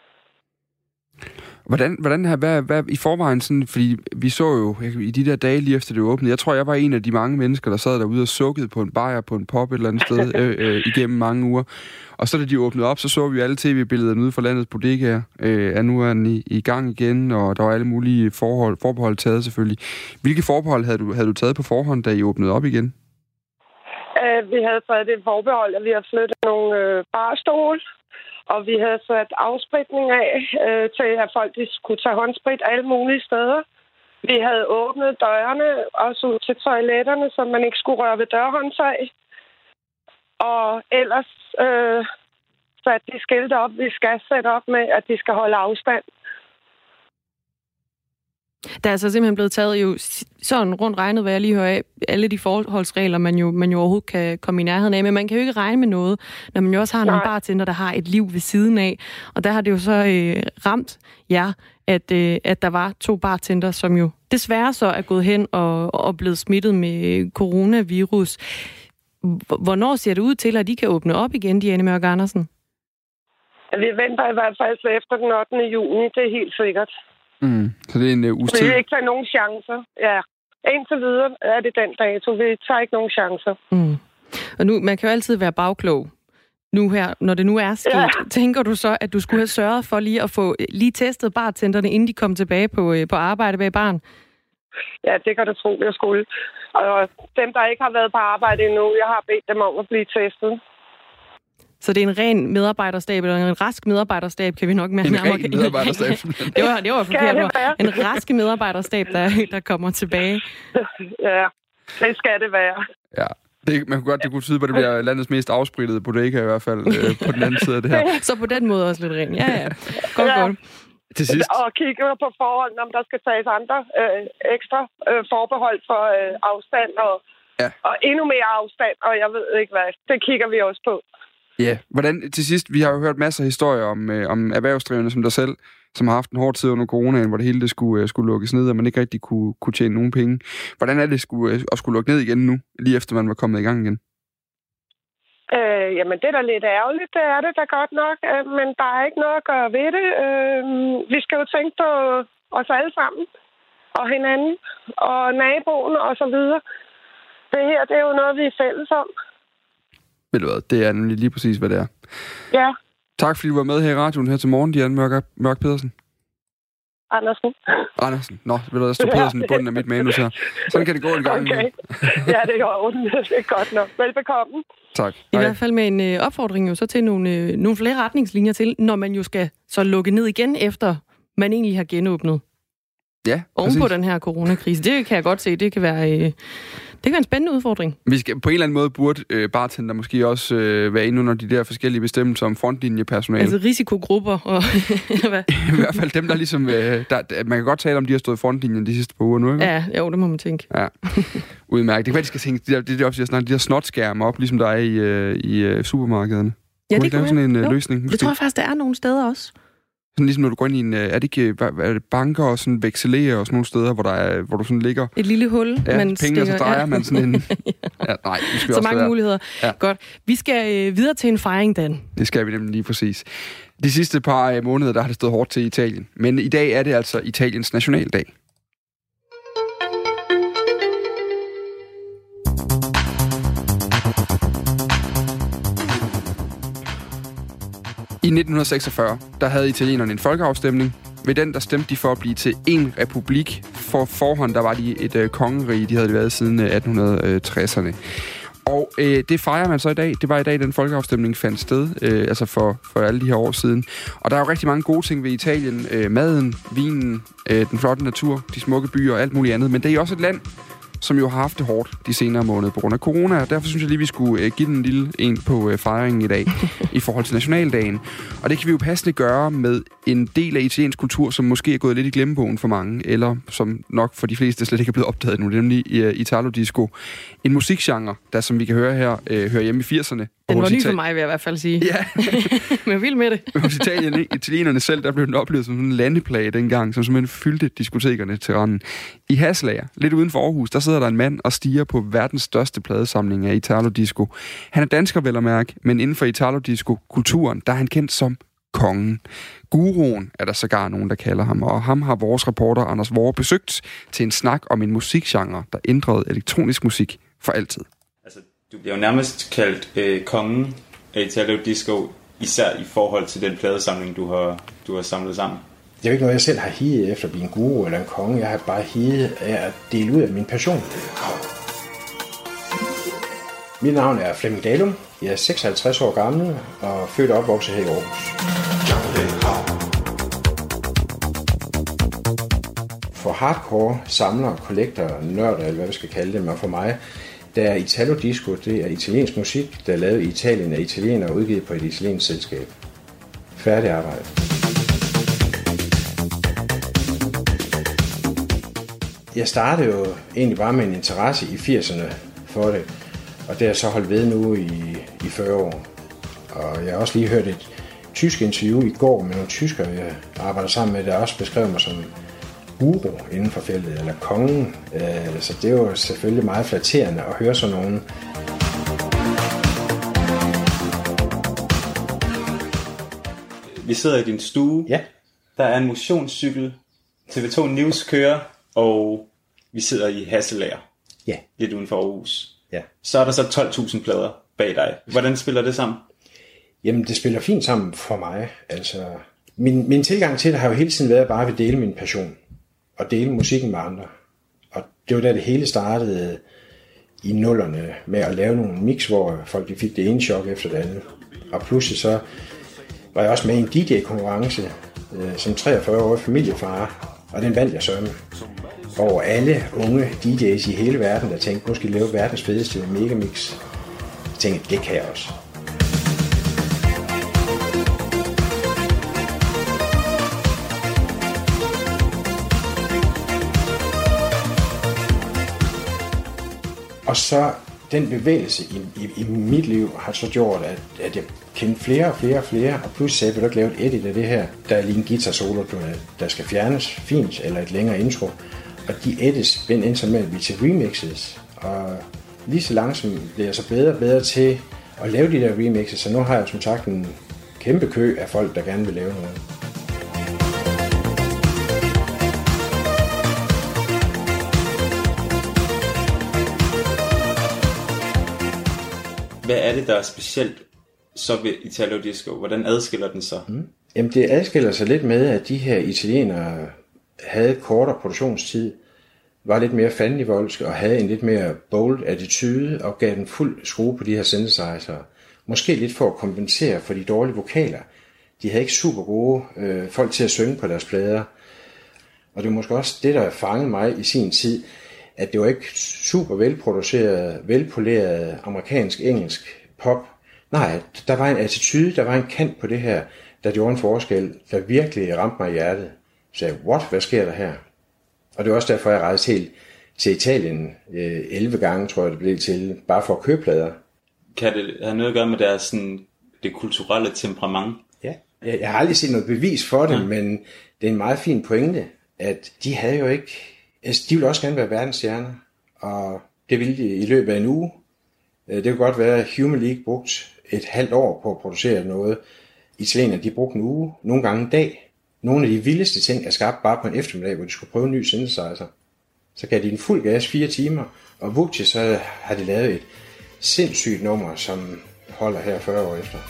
Speaker 2: Hvad i forvejen sådan, fordi vi så jo i de der dage lige efter det åbnede, jeg tror, jeg var en af de mange mennesker, der sad derude og sukkede på en bajer på en pop et eller andet sted igennem mange uger. Og så da de åbnede op, så vi alle tv-billederne ude fra landets bodegaer, at nu er den i gang igen, og der var alle mulige forbehold taget selvfølgelig. Hvilke forbehold havde du taget på forhånd, da I åbnede op igen?
Speaker 11: Vi havde taget det forbehold, at vi havde flyttet nogle barstole, og vi havde sat afspritning af til, at folk skulle tage håndsprit alle mulige steder. Vi havde åbnet dørene også ud til toiletterne, så man ikke skulle røre ved dørhåndtag. Og ellers satte de skilte op, vi skal sætte op med, at de skal holde afstand.
Speaker 1: Der er altså simpelthen blevet taget jo sådan rundt regnet, hvad jeg lige hører af, alle de forholdsregler, man jo overhovedet kan komme i nærheden af. Men man kan jo ikke regne med noget, når man jo også har nogle bartender, der har et liv ved siden af. Og der har det jo så ramt jer, at der var 2 bartender, som jo desværre så er gået hen og blevet smittet med coronavirus. Hvornår ser det ud til, at de kan åbne op igen, Diane Mørk Andersen?
Speaker 11: Vi venter i hvert fald efter den 8. juni, det er helt sikkert.
Speaker 2: Så det er en uges tid.
Speaker 11: Vi vil ikke tage nogen chancer. Ja, indtil videre er det den dato. Vi tager ikke nogen chancer.
Speaker 1: Og nu, man kan jo altid være bagklog. Nu her, når det nu er sket, tænker du så, at du skulle have sørget for lige at få testet bartenderne, inden de kom tilbage på arbejde bag baren?
Speaker 11: Ja, det kan du tro, jeg skulle. Og dem, der ikke har været på arbejde endnu, jeg har bedt dem om at blive testet.
Speaker 1: Så det er en ren medarbejderstab, eller en rask medarbejderstab, kan vi nok mere nærmere.
Speaker 2: En ren medarbejderstab.
Speaker 1: det var forkert. En rask medarbejderstab, der kommer tilbage.
Speaker 11: Ja, det skal det være.
Speaker 2: Ja, det kunne tyde på, at det bliver landets mest afsprittede bodega i hvert fald på den anden side af det her.
Speaker 1: Så på den måde også lidt ren. Ja. Godt.
Speaker 2: Til sidst.
Speaker 11: Og kigge på forhold, om der skal tages andre ekstra forbehold for afstand og endnu mere afstand, og jeg ved ikke hvad. Det kigger vi også på.
Speaker 2: Ja, hvordan til sidst, vi har jo hørt masser af historier om erhvervsdrivende som dig selv, som har haft en hård tid under coronaen, hvor det hele skulle lukkes ned, og man ikke rigtig kunne tjene nogen penge. Hvordan er det at skulle lukke ned igen nu, lige efter man var kommet i gang igen?
Speaker 11: Jamen, det er da lidt ærgerligt, det er det da godt nok, men der er ikke noget at gøre ved det. Vi skal jo tænke på os alle sammen, og hinanden, og naboen, og så videre. Det her, det er jo noget, vi er fælles om.
Speaker 2: Ved du hvad, det er nemlig lige præcis, hvad det er.
Speaker 11: Ja.
Speaker 2: Tak, fordi du var med her i radioen her til morgen, Diane Mørk Pedersen.
Speaker 11: Andersen.
Speaker 2: Nå, ved du, der står Pedersen i bunden af mit manus her. Sådan kan det gå en gang.
Speaker 11: Okay. Ja, det er godt nok. Velbekomme.
Speaker 2: Tak.
Speaker 1: I hvert fald med en opfordring jo så til nogle flere retningslinjer til, når man jo skal så lukke ned igen, efter man egentlig har genåbnet.
Speaker 2: Ja,
Speaker 1: oven på den her coronakrise. Det kan jeg godt se. Det kan være en spændende udfordring.
Speaker 2: Vi skal på en eller anden måde burde bartender måske også være inde under de der forskellige bestemmelser om frontlinjepersonale.
Speaker 1: Altså risikogrupper og hvad?
Speaker 2: I hvert fald dem, der ligesom... man kan godt tale om, de har stået i frontlinjen de sidste par uger nu, ikke?
Speaker 1: Ja, jo, det må man tænke.
Speaker 2: Ja, udmærket. Det kan være, de skal tænke, det er også, jeg snakker, de der snotskærme op, ligesom der er i supermarkederne.
Speaker 1: Ja, det kan
Speaker 2: være sådan en løsning.
Speaker 1: Måske? Det tror jeg faktisk, der er nogle steder også.
Speaker 2: Sådan ligesom når du går ind i en, er det ikke banker og sådan vekselerer og sådan nogle steder, hvor du sådan ligger...
Speaker 1: Et lille hul,
Speaker 2: ja,
Speaker 1: man
Speaker 2: penge,
Speaker 1: stikker.
Speaker 2: og så drejer man sådan en... Ja, nej, det skal
Speaker 1: så
Speaker 2: også
Speaker 1: mange
Speaker 2: være.
Speaker 1: Muligheder. Ja. Godt. Vi skal videre til en fejring, Dan.
Speaker 2: Det skal vi nemlig lige præcis. De sidste par måneder, der har det stået hårdt til Italien. Men i dag er det altså Italiens nationaldag. I 1946, der havde italienerne en folkeafstemning. Ved den, der stemte de for at blive til en republik. For forhånd, der var de et kongerige. De havde det været siden 1860'erne. Og det fejrer man så i dag. Det var i dag, den folkeafstemning fandt sted, altså for alle de her år siden. Og der er jo rigtig mange gode ting ved Italien. Maden, vinen, den flotte natur, de smukke byer og alt muligt andet. Men det er også et land, som jo har haft det hårdt de senere måneder på grund af corona, og derfor synes jeg lige, vi skulle give den en lille en på fejringen i dag i forhold til nationaldagen. Og det kan vi jo passende gøre med en del af italiensk kultur, som måske er gået lidt i glemmebogen for mange, eller som nok for de fleste slet ikke er blevet opdaget nu, nemlig Italo Disco. En musikgenre, der som vi kan høre her, hører hjemme i 80'erne.
Speaker 1: Den var ny for mig, vil jeg i hvert fald sige.
Speaker 2: Ja.
Speaker 1: Men jeg vil med det.
Speaker 2: Hos italienerne selv, der blev den oplevet som sådan en landeplage dengang, som simpelthen fyldte diskotekerne til randen. I Haslager, lidt uden for Aarhus, der sidder der en mand og stiger på verdens største pladesamling af Italo Disco. Han er dansker, vel at mærke, men inden for Italo Disco-kulturen, der er han kendt som kongen. Guruen er der sågar nogen, der kalder ham, og ham har vores reporter Anders Vore besøgt til en snak om en musikgenre, der ændrede elektronisk musik for altid.
Speaker 12: Altså, du bliver jo nærmest kaldt kongen af Italo Disco, især i forhold til den pladesamling, du har samlet sammen.
Speaker 13: Det er jo ikke noget, jeg selv har higet efter at blive en guru eller en konge. Jeg har bare higet af at dele ud af min passion. Mit navn er Flemming Dalum. Jeg er 56 år gammel og født og opvokset her i Aarhus. For hardcore samlere, kollektorer, nørder, eller hvad vi skal kalde dem, og for mig, der er Italo Disco, det er italiensk musik, der er lavet i Italien af italienere og udgivet på et italiensk selskab. Færdig arbejde. Jeg startede jo egentlig bare med en interesse i 80'erne for det, og det har jeg så holdt ved nu i 40 år. Og jeg har også lige hørt et tysk interview i går med nogle tyskere, jeg arbejder sammen med, der også beskrev mig som guru inden for feltet, eller kongen. Så det er jo selvfølgelig meget flatterende at høre sådan nogen.
Speaker 12: Vi sidder i din stue.
Speaker 13: Ja.
Speaker 12: Der er en motionscykel. TV2 News kører, og vi sidder i Hasselager.
Speaker 13: Ja.
Speaker 12: Lidt uden for Aarhus.
Speaker 13: Ja.
Speaker 12: Så er der så 12.000 plader bag dig. Hvordan spiller det sammen?
Speaker 13: Jamen, det spiller fint sammen for mig. Altså, min tilgang til det har jo hele tiden været at bare vil dele min passion. Og dele musikken med andre. Og det var da det hele startede i 00'erne med at lave nogle mix, hvor folk de fik det ene chok efter det andet. Og pludselig så var jeg også med i en DJ-konkurrence som 43-årig familiefar. Og den vandt jeg så med. Over alle unge DJ's i hele verden, der tænkte, nu skal lave verdens fedeste megamix. Jeg tænkte, det kan jeg også. Og så den bevægelse i mit liv har så gjort, at jeg kendte flere og flere, og pludselig sagde, vil du ikke lave et edit af det her? Der er lige en guitar solo, der skal fjernes fint, eller et længere intro. Og de edits endte med at blive til remixes. Og lige så langsomt bliver jeg så bedre og bedre til at lave de der remixes, så nu har jeg som sagt en kæmpe kø af folk, der gerne vil lave noget.
Speaker 12: Hvad er det, der er specielt så ved Italo Disco? Hvordan adskiller den sig?
Speaker 13: Jamen det adskiller sig lidt med, at de her italienere havde kortere produktionstid, var lidt mere fandenivoldske og havde en lidt mere bold attitude og gav den fuld skrue på de her synthesizer. Måske lidt for at kompensere for de dårlige vokaler. De havde ikke super gode folk til at synge på deres plader. Og det er måske også det, der fangede mig i sin tid, at det var ikke super velproduceret, velpoleret amerikansk-engelsk pop. Nej, der var en attitude, der var en kant på det her, der gjorde en forskel, der virkelig ramte mig i hjertet. Så jeg sagde, hvad sker der her? Og det var også derfor, jeg rejste helt til Italien 11 gange, tror jeg det blev til, bare for at købe plader.
Speaker 12: Kan det have noget at gøre med deres, sådan, det kulturelle temperament?
Speaker 13: Ja, jeg har aldrig set noget bevis for det, men det er en meget fin pointe, at de havde jo ikke... Altså, de ville også gerne være verdensstjerner, og det ville de i løbet af en uge. Det kunne godt være, at Human League brugt et halvt år på at producere noget. Italienerne, de brugte en uge, nogle gange en dag. Nogle af de vildeste ting er skabt bare på en eftermiddag, hvor de skulle prøve en ny synthesizer. Så gav de en fuld gas 4 timer, og vupti, så har de lavet et sindssygt nummer, som holder her 40 år efter.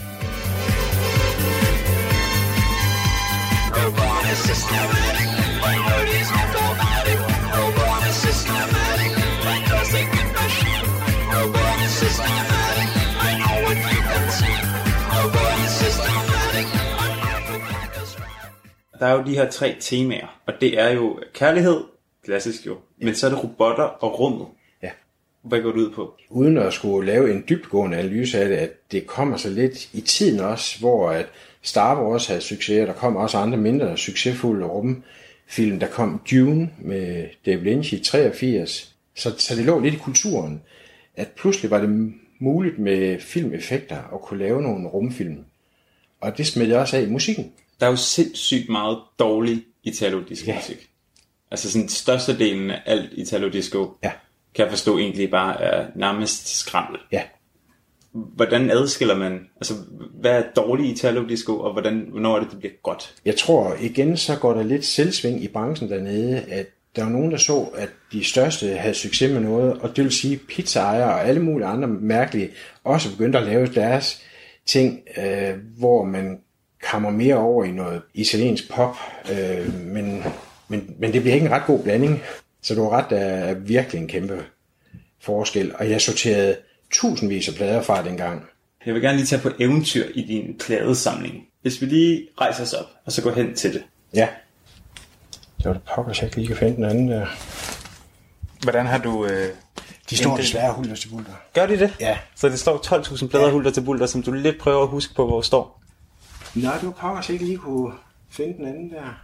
Speaker 12: Der er jo de her 3 temaer, og det er jo kærlighed, klassisk jo, men så er det robotter og rummet.
Speaker 13: Ja.
Speaker 12: Hvad går det ud på?
Speaker 13: Uden at skulle lave en dybtgående analyse af det, at det kommer så lidt i tiden også, hvor at Star Wars havde succes, og der kom også andre mindre succesfulde rumfilm. Der kom Dune med David Lynch i 83, så det lå lidt i kulturen, at pludselig var det muligt med filmeffekter at kunne lave nogle rumfilm. Og det smed jeg også af i musikken.
Speaker 12: Der er jo sindssygt meget dårlig Italo-disco-musik. Altså sådan størstedelen af alt Italo-disco, kan jeg forstå egentlig bare er nærmest skrammel.
Speaker 13: Ja.
Speaker 12: Hvordan adskiller man, altså hvad er dårlig Italo-disco, og hvornår er det bliver godt?
Speaker 13: Jeg tror igen, så går der lidt selvsving i branchen dernede, at der var nogen, der så, at de største havde succes med noget, og det vil sige pizzaejere og alle mulige andre mærkelige, også begyndte at lave deres ting, hvor man kommer mere over i noget italiensk pop, men det bliver ikke en ret god blanding. Så du har ret, der er virkelig en kæmpe forskel. Og jeg sorterede tusindvis af plader fra dengang.
Speaker 12: Jeg vil gerne lige tage på eventyr i din pladesamling. Hvis vi lige rejser os op, og så går hen til det.
Speaker 13: Ja. Det var det pokker, så jeg ikke lige kan finde den anden der.
Speaker 12: Hvordan har du...
Speaker 13: De står desværre hulter til bulter.
Speaker 12: Gør de det?
Speaker 13: Ja.
Speaker 12: Så det står 12.000 plader hulter til bulter, som du lidt prøver at huske på, hvor står?
Speaker 13: Nej, du pokker, så jeg ikke lige kunne finde den anden der.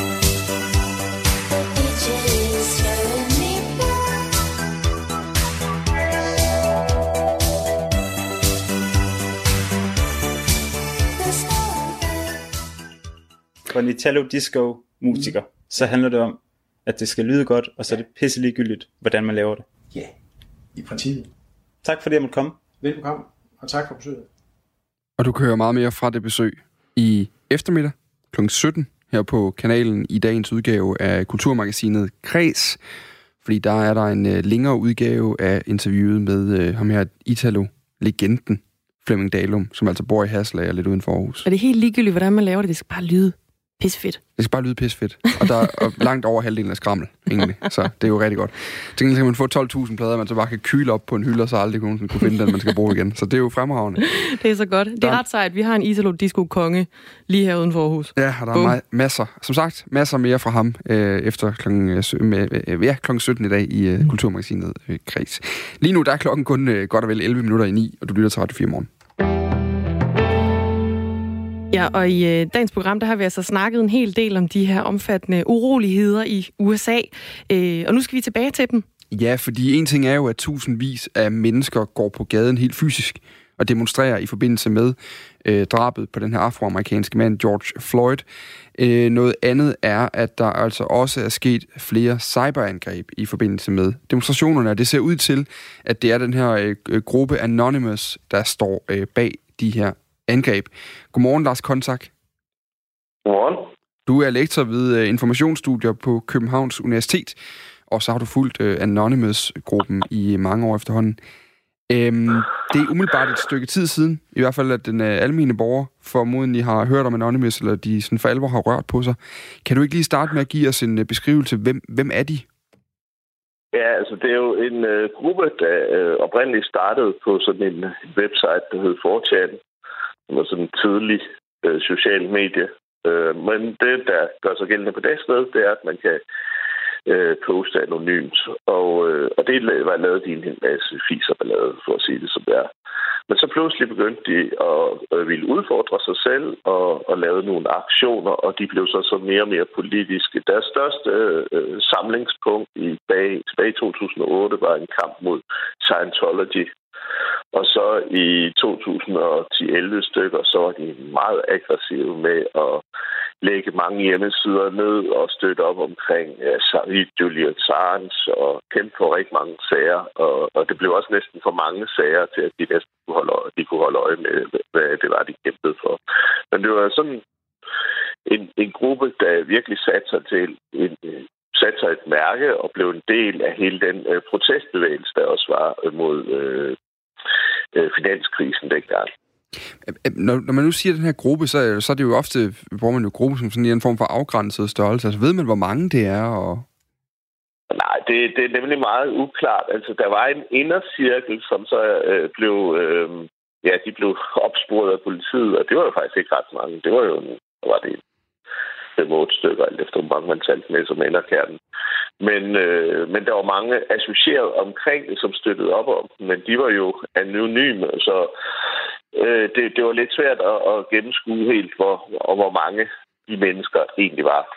Speaker 12: For en Italo-disco-musiker, så handler det om, at det skal lyde godt, og så er det pisse ligegyldigt, hvordan man laver det.
Speaker 13: Ja, i princippet.
Speaker 12: Tak fordi jeg måtte komme.
Speaker 13: Velkommen, og tak for besøget.
Speaker 2: Og du kan høre meget mere fra det besøg i eftermiddag kl. 17 her på kanalen i dagens udgave af Kulturmagasinet Kreds. Fordi der er der en længere udgave af interviewet med ham her Italo-legenden Flemming Dalum, som altså bor i Hasselager lidt uden for Aarhus.
Speaker 1: Og det er helt ligegyldigt, hvordan man laver det. Det skal bare lyde pisfedt.
Speaker 2: Det skal bare lyde pisfedt. Og der er langt over halvdelen af skrammel, egentlig. Så det er jo rigtig godt. Til gengæld kan man få 12.000 plader, man så bare kan kyle op på en hylde, og så aldrig nogen kunne finde den, man skal bruge igen. Så det er jo fremragende.
Speaker 1: Det er så godt. Det er ret sejt. Vi har en Italo-disco-konge lige her uden for Aarhus.
Speaker 2: Ja, og der er masser. Som sagt, masser mere fra ham efter klokken 17 i dag i Kulturmagasinet Kreds. Lige nu der er klokken kun godt og vel 11 minutter i 9, og du lytter til Radio 4 morgen.
Speaker 1: Ja, og i dagens program, der har vi altså snakket en hel del om de her omfattende uroligheder i USA. Og nu skal vi tilbage til dem.
Speaker 2: Ja, fordi en ting er jo, at tusindvis af mennesker går på gaden helt fysisk og demonstrerer i forbindelse med drabet på den her afroamerikanske mand, George Floyd. Noget andet er, at der altså også er sket flere cyberangreb i forbindelse med demonstrationerne. Det ser ud til, at det er den her gruppe Anonymous, der står bag de her angreb. Godmorgen, Lars Kontak.
Speaker 14: Godmorgen.
Speaker 2: Du er lektor ved informationsstudier på Københavns Universitet, og så har du fulgt Anonymous-gruppen i mange år efterhånden. Det er umiddelbart et stykke tid siden, i hvert fald at den almene borger formodentlig har hørt om Anonymous, eller de sådan for alvor har rørt på sig. Kan du ikke lige starte med at give os en beskrivelse? Hvem er de?
Speaker 14: Ja, altså det er jo en gruppe, der oprindeligt startede på sådan en website, der hed 4chan. Det var sådan en tidlig social medie Men det, der gør sig gældende på det sted, det er, at man kan poste anonymt. Og det var lavet i en hel masse fiserballade, for at sige det som det er. Men så pludselig begyndte de at ville udfordre sig selv og lave nogle aktioner, og de blev så mere og mere politiske. Deres største samlingspunkt tilbage i 2008 var en kamp mod Scientology. Og så i 2010-11 stykker, så var de meget aggressive med at lægge mange hjemmesider ned og støtte op omkring Julian Assange og kæmpe for rigtig mange sager. Og det blev også næsten for mange sager til, at de næsten kunne holde øje med, hvad det var, de kæmpede for. Men det var sådan en gruppe, der virkelig satte sig et mærke og blev en del af hele den protestbevægelse, der også var mod finanskrisen dengang.
Speaker 2: Når man nu siger den her gruppe, så er det jo ofte, bruger man jo gruppe som sådan en form for afgrænset størrelse. Altså ved man, hvor mange det er?
Speaker 14: Nej, det er nemlig meget uklart. Altså, der var en indercirkel, som så de blev opsporet af politiet, og det var jo faktisk ikke ret mange. Det var jo 5-8 stykker, alt efter hvor mange man talte med som inderkernen. Men der var mange associeret omkring det, som støttede op om. Men de var jo anonyme, så det var lidt svært at gennemskue helt, hvor mange de mennesker egentlig var.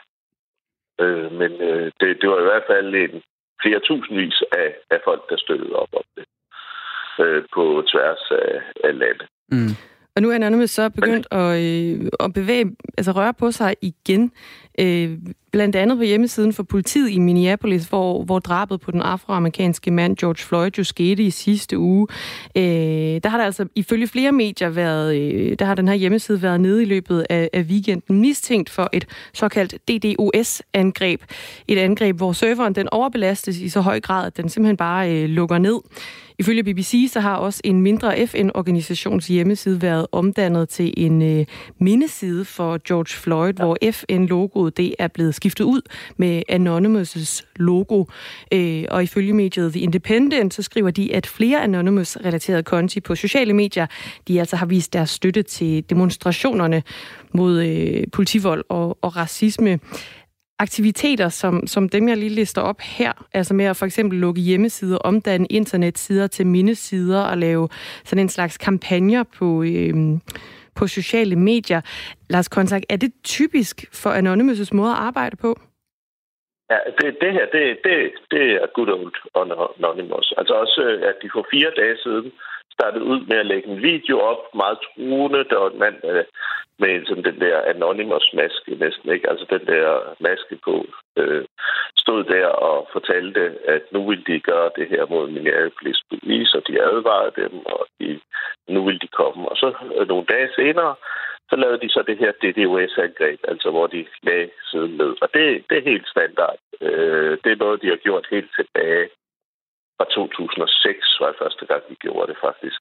Speaker 14: Men det var i hvert fald flere tusindvis af folk, der støttede op om det på tværs af landet.
Speaker 1: Mm. Og nu er Anonymous så begyndt at røre på sig igen. Blandt andet på hjemmesiden for politiet i Minneapolis, hvor drabet på den afroamerikanske mand George Floyd jo skete i sidste uge. Der har der altså ifølge flere medier der har den her hjemmeside været nede i løbet af weekenden mistænkt for et såkaldt DDoS-angreb. Et angreb, hvor serveren den overbelastes i så høj grad, at den simpelthen bare lukker ned. Ifølge BBC så har også en mindre FN-organisations hjemmeside været omdannet til en mindeside for George Floyd, hvor FN-logoet det er blevet skiftet ud med Anonymous' logo. Og ifølge mediet The Independent, så skriver de, at flere Anonymous-relaterede konti på sociale medier, de altså har vist deres støtte til demonstrationerne mod politivold og racisme. Aktiviteter, som dem, jeg lige lister op her, altså med at for eksempel lukke hjemmesider, omdanne internetsider til mindesider og lave sådan en slags kampagner på sociale medier. Lars Kontak, er det typisk for Anonymous' måde at arbejde på?
Speaker 14: Ja, det her, det er good old Anonymous. Altså også, at de for 4 dage siden startede ud med at lægge en video op, meget truende. Der var en mand med sådan den der Anonymous-maske næsten, ikke? Altså den der maske på, stod der og fortalte, at nu ville de gøre det her mod Minneapolis Police, og de advarede dem, og nu ville de komme. Og så nogle dage senere, så lavede de så det her DDoS-angreb, altså hvor de lagde siden ned. Og det er helt standard. Det er noget, de har gjort helt tilbage fra 2006, var det første gang, de gjorde det faktisk.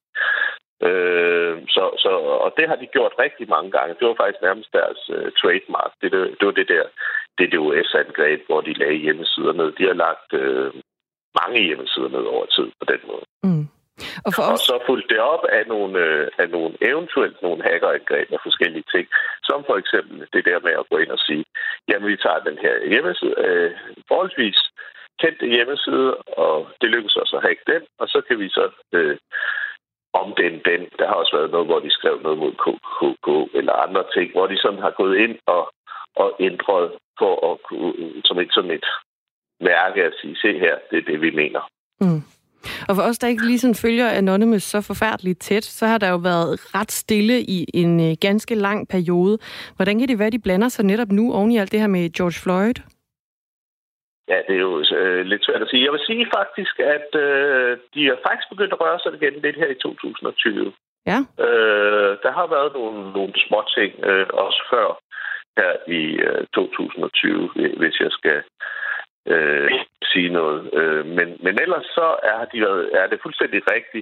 Speaker 14: Og det har de gjort rigtig mange gange. Det var faktisk nærmest deres trademark. Det var det der DDoS-angreb, hvor de lagde hjemmesider ned. De har lagt mange hjemmesider ned over tid på den måde. Mm. Og så fulgte det op af nogle eventuelt nogle hackerangreb af forskellige ting, som for eksempel det der med at gå ind og sige, jamen vi tager den her hjemmeside, forholdsvis kendte hjemmeside, og det lykkes os at hacke den, og så kan vi så omdanne den. Der har også været noget, hvor de skrev noget mod KKK eller andre ting, hvor de sådan har gået ind og ændret for at som sådan et mærke at sige, se her, det er det, vi mener.
Speaker 1: Mm. Og for os, der ikke lige sådan følger Anonymous så forfærdeligt tæt, så har der jo været ret stille i en ganske lang periode. Hvordan kan det være, at de blander sig netop nu oven i alt det her med George Floyd?
Speaker 14: Ja, det er jo lidt svært at sige. Jeg vil sige faktisk, at de er faktisk begyndt at røre sig igen lidt her i 2020.
Speaker 1: Ja.
Speaker 14: Der har været nogle små ting, også før her i 2020, hvis jeg skal sige noget. Men ellers så er det fuldstændig rigtigt.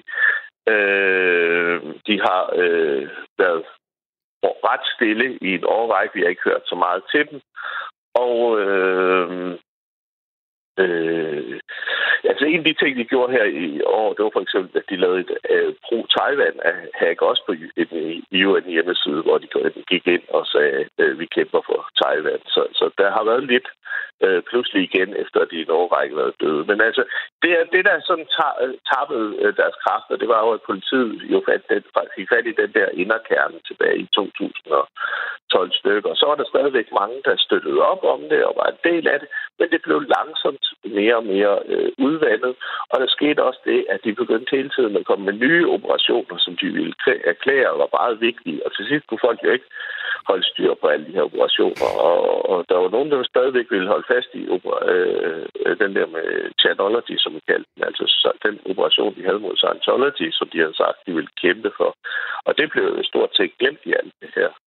Speaker 14: De har været ret stille i en årrække. Vi har ikke hørt så meget til dem. Og altså en af de ting, de gjorde her i år, det var for eksempel, at de lavede et pro-Taiwan-hack også på UN hjemmeside, hvor de gik ind og sagde, at vi kæmper for Taiwan. Så der har været lidt pludselig igen, efter at de i en årrække været døde. Men altså, det der sådan tappede deres kræfter, det var jo, at politiet jo fik fat i den der inderkerne tilbage i 2012 stykker. Og så var der stadigvæk mange, der støttede op om det og var en del af det, men det blev langsomt mere og mere udvandet. Og der skete også det, at de begyndte hele tiden at komme med nye operationer, som de ville erklære var meget vigtige. Og til sidst kunne folk jo ikke holde styr på alle de her operationer. Og der var nogen, der stadigvæk ville holde fast i den der med Scientology, som vi kaldte den. Altså den operation, de havde mod Scientology, som de havde sagt, de ville kæmpe for. Og det blev jo stort set glemt i alt det her.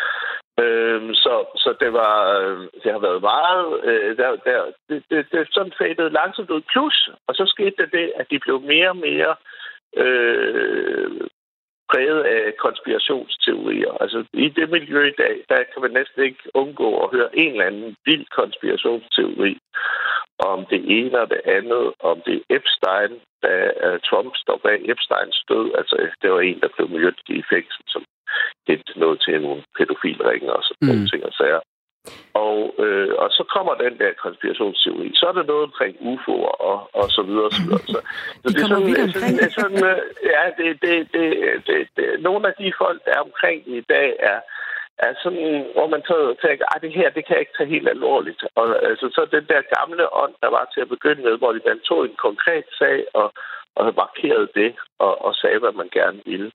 Speaker 14: Så det har været meget det sådan fadede langsomt ud. Plus, og så skete der det, at de blev mere og mere præget af konspirationsteorier. Altså i det miljø i dag, der kan man næsten ikke undgå at høre en eller anden vild konspirationsteori om det ene og det andet, om det er Epstein, da Trump står bag Epsteins død. Altså det var en, der blev myrdet i fængsel, som kendte noget til nogle pædofilringer og sådan nogle ting og sager. Og så kommer den der konspirationsteori. Så er der noget omkring UFO'er og så videre og så videre. Så det er sådan, nogle af de folk, der er omkring i dag, er sådan, hvor man tænker, det her, det kan jeg ikke tage helt alvorligt. Og altså, så den der gamle ånd, der var til at begynde med, hvor man tog en konkret sag og markerede det og sagde, hvad man gerne ville.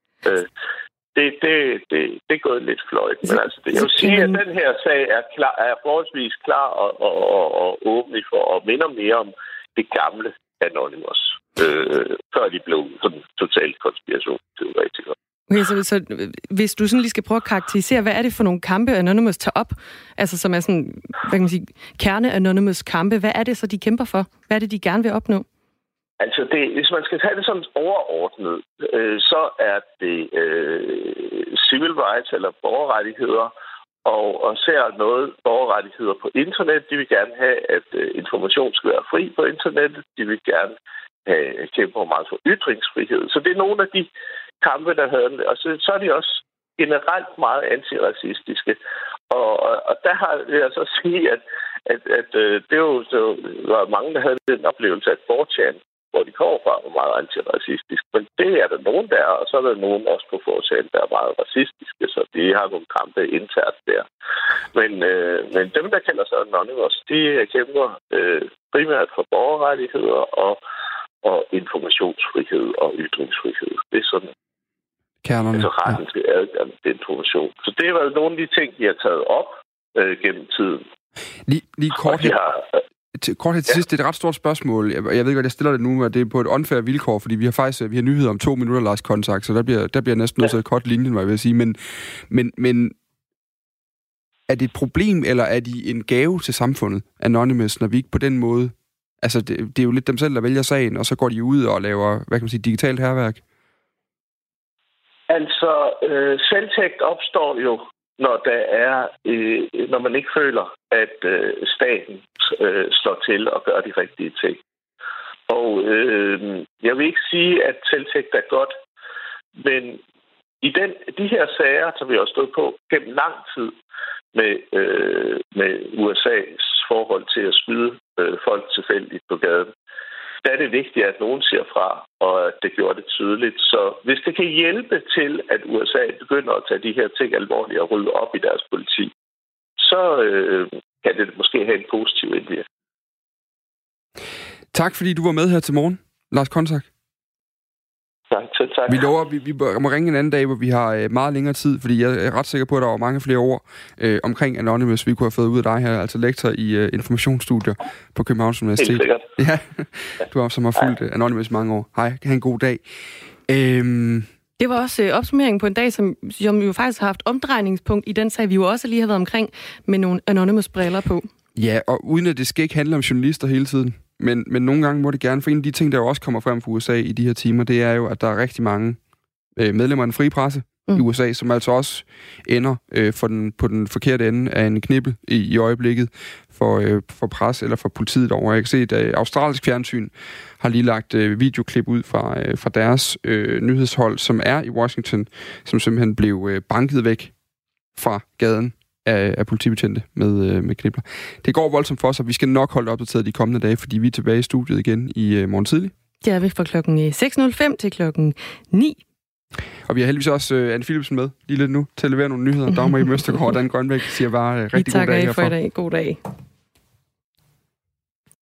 Speaker 14: Det er gået lidt fløjt. Men altså, jeg vil sige, at den her sag er forholdsvis klar og åben for at minde mere om det gamle Anonymous, før de blev sådan totalt konspirationsteoretikere.
Speaker 1: Okay, så hvis du sådan lige skal prøve at karakterisere, hvad er det for nogle kampe, Anonymous tager op? Altså, som er sådan, hvad kan man sige, kerne-Anonymous-kampe. Hvad er det så, de kæmper for? Hvad er det, de gerne vil opnå?
Speaker 14: Altså, hvis man skal tage det sådan overordnet, så er det civil rights eller borgerrettigheder, og ser noget borgerrettigheder på internet. De vil gerne have, at information skal være fri på internettet. De vil gerne kæmpe meget for ytringsfrihed. Så det er nogle af de kampe, der havde det. Og så er de også generelt meget antiracistiske. Og der har jeg så sige, at det var mange, der havde den oplevelse, at 4chan, hvor de kommer fra, var meget antiracistisk. Men det er der nogen der, og så er der nogen også på 4chan, der er meget racistiske, så de har nogle kampe internt der. Men dem, der kalder sig Anonymous, de kæmper primært for borgerrettigheder og informationsfrihed og ytringsfrihed. Det er sådan
Speaker 2: kernerne.
Speaker 14: Altså retten til adgang til information. Så det har været nogle af de ting, de har taget op gennem tiden.
Speaker 2: Lige kort her til sidst, det er et ret stort spørgsmål. Jeg ved ikke, at jeg stiller det nu, og det er på et unfair vilkår, fordi vi har nyheder om 2 minutter, Lars Kontakt, så der bliver næsten nødt til at korte linjen, hvad jeg vil sige. Men er det et problem, eller er de en gave til samfundet, Anonymous, når vi ikke på den måde... Altså, det er jo lidt dem selv, der vælger sagen, og så går de ud og laver, hvad kan man sige, digitalt hærværk?
Speaker 14: Altså, selvtægt opstår jo, når man ikke føler, at staten slår til og gør de rigtige ting. Og jeg vil ikke sige, at selvtægt er godt, men i de her sager, som vi har stået på gennem lang tid med USA's forhold til at skyde folk tilfældigt på gaden, der er det vigtigt, at nogen siger fra, og at det gjorde det tydeligt. Så hvis det kan hjælpe til, at USA begynder at tage de her ting alvorligt og rydde op i deres politi, så kan det måske have en positiv indvirkning.
Speaker 2: Tak, fordi du var med her til morgen, Lars Kontakt.
Speaker 14: Tak.
Speaker 2: Vi lover, at vi må ringe en anden dag, hvor vi har meget længere tid, fordi jeg er ret sikker på, at der var mange flere ord omkring Anonymous, vi kunne have fået ud af dig her, altså lektor i informationsstudier på Københavns Universitet.
Speaker 14: Helt sikkert.
Speaker 2: Ja, du har som har fulgt Anonymous i mange år. Hej, have en god dag.
Speaker 1: Det var også opsummeringen på en dag, som jo faktisk har haft omdrejningspunkt i den sag, vi jo også lige har været omkring med nogle Anonymous-briller på.
Speaker 2: Ja, og uden at det skal ikke handle om journalister hele tiden. Men nogle gange må det gerne, for en af de ting, der også kommer frem fra USA i de her timer, det er jo, at der er rigtig mange medlemmer af den frie presse i USA, som altså også ender på den forkerte ende af en knippel i øjeblikket. for pres eller for politiet over. Jeg kan se, at australsk fjernsyn har lige lagt videoklip ud fra deres nyhedshold, som er i Washington, som simpelthen blev banket væk fra gaden af politibetjente med knibler. Det går voldsomt for sig. Vi skal nok holde opdateret de kommende dage, fordi vi er tilbage i studiet igen i morgen tidlig. Det er vi fra klokken 6.05 til klokken 9. Og vi har heldigvis også Anne Philipsen med lige lidt nu til at levere nogle nyheder. Dagmar Eben Østergaard og Dan Grønbæk siger bare rigtig god dag herfra. Tak for i dag. God dag.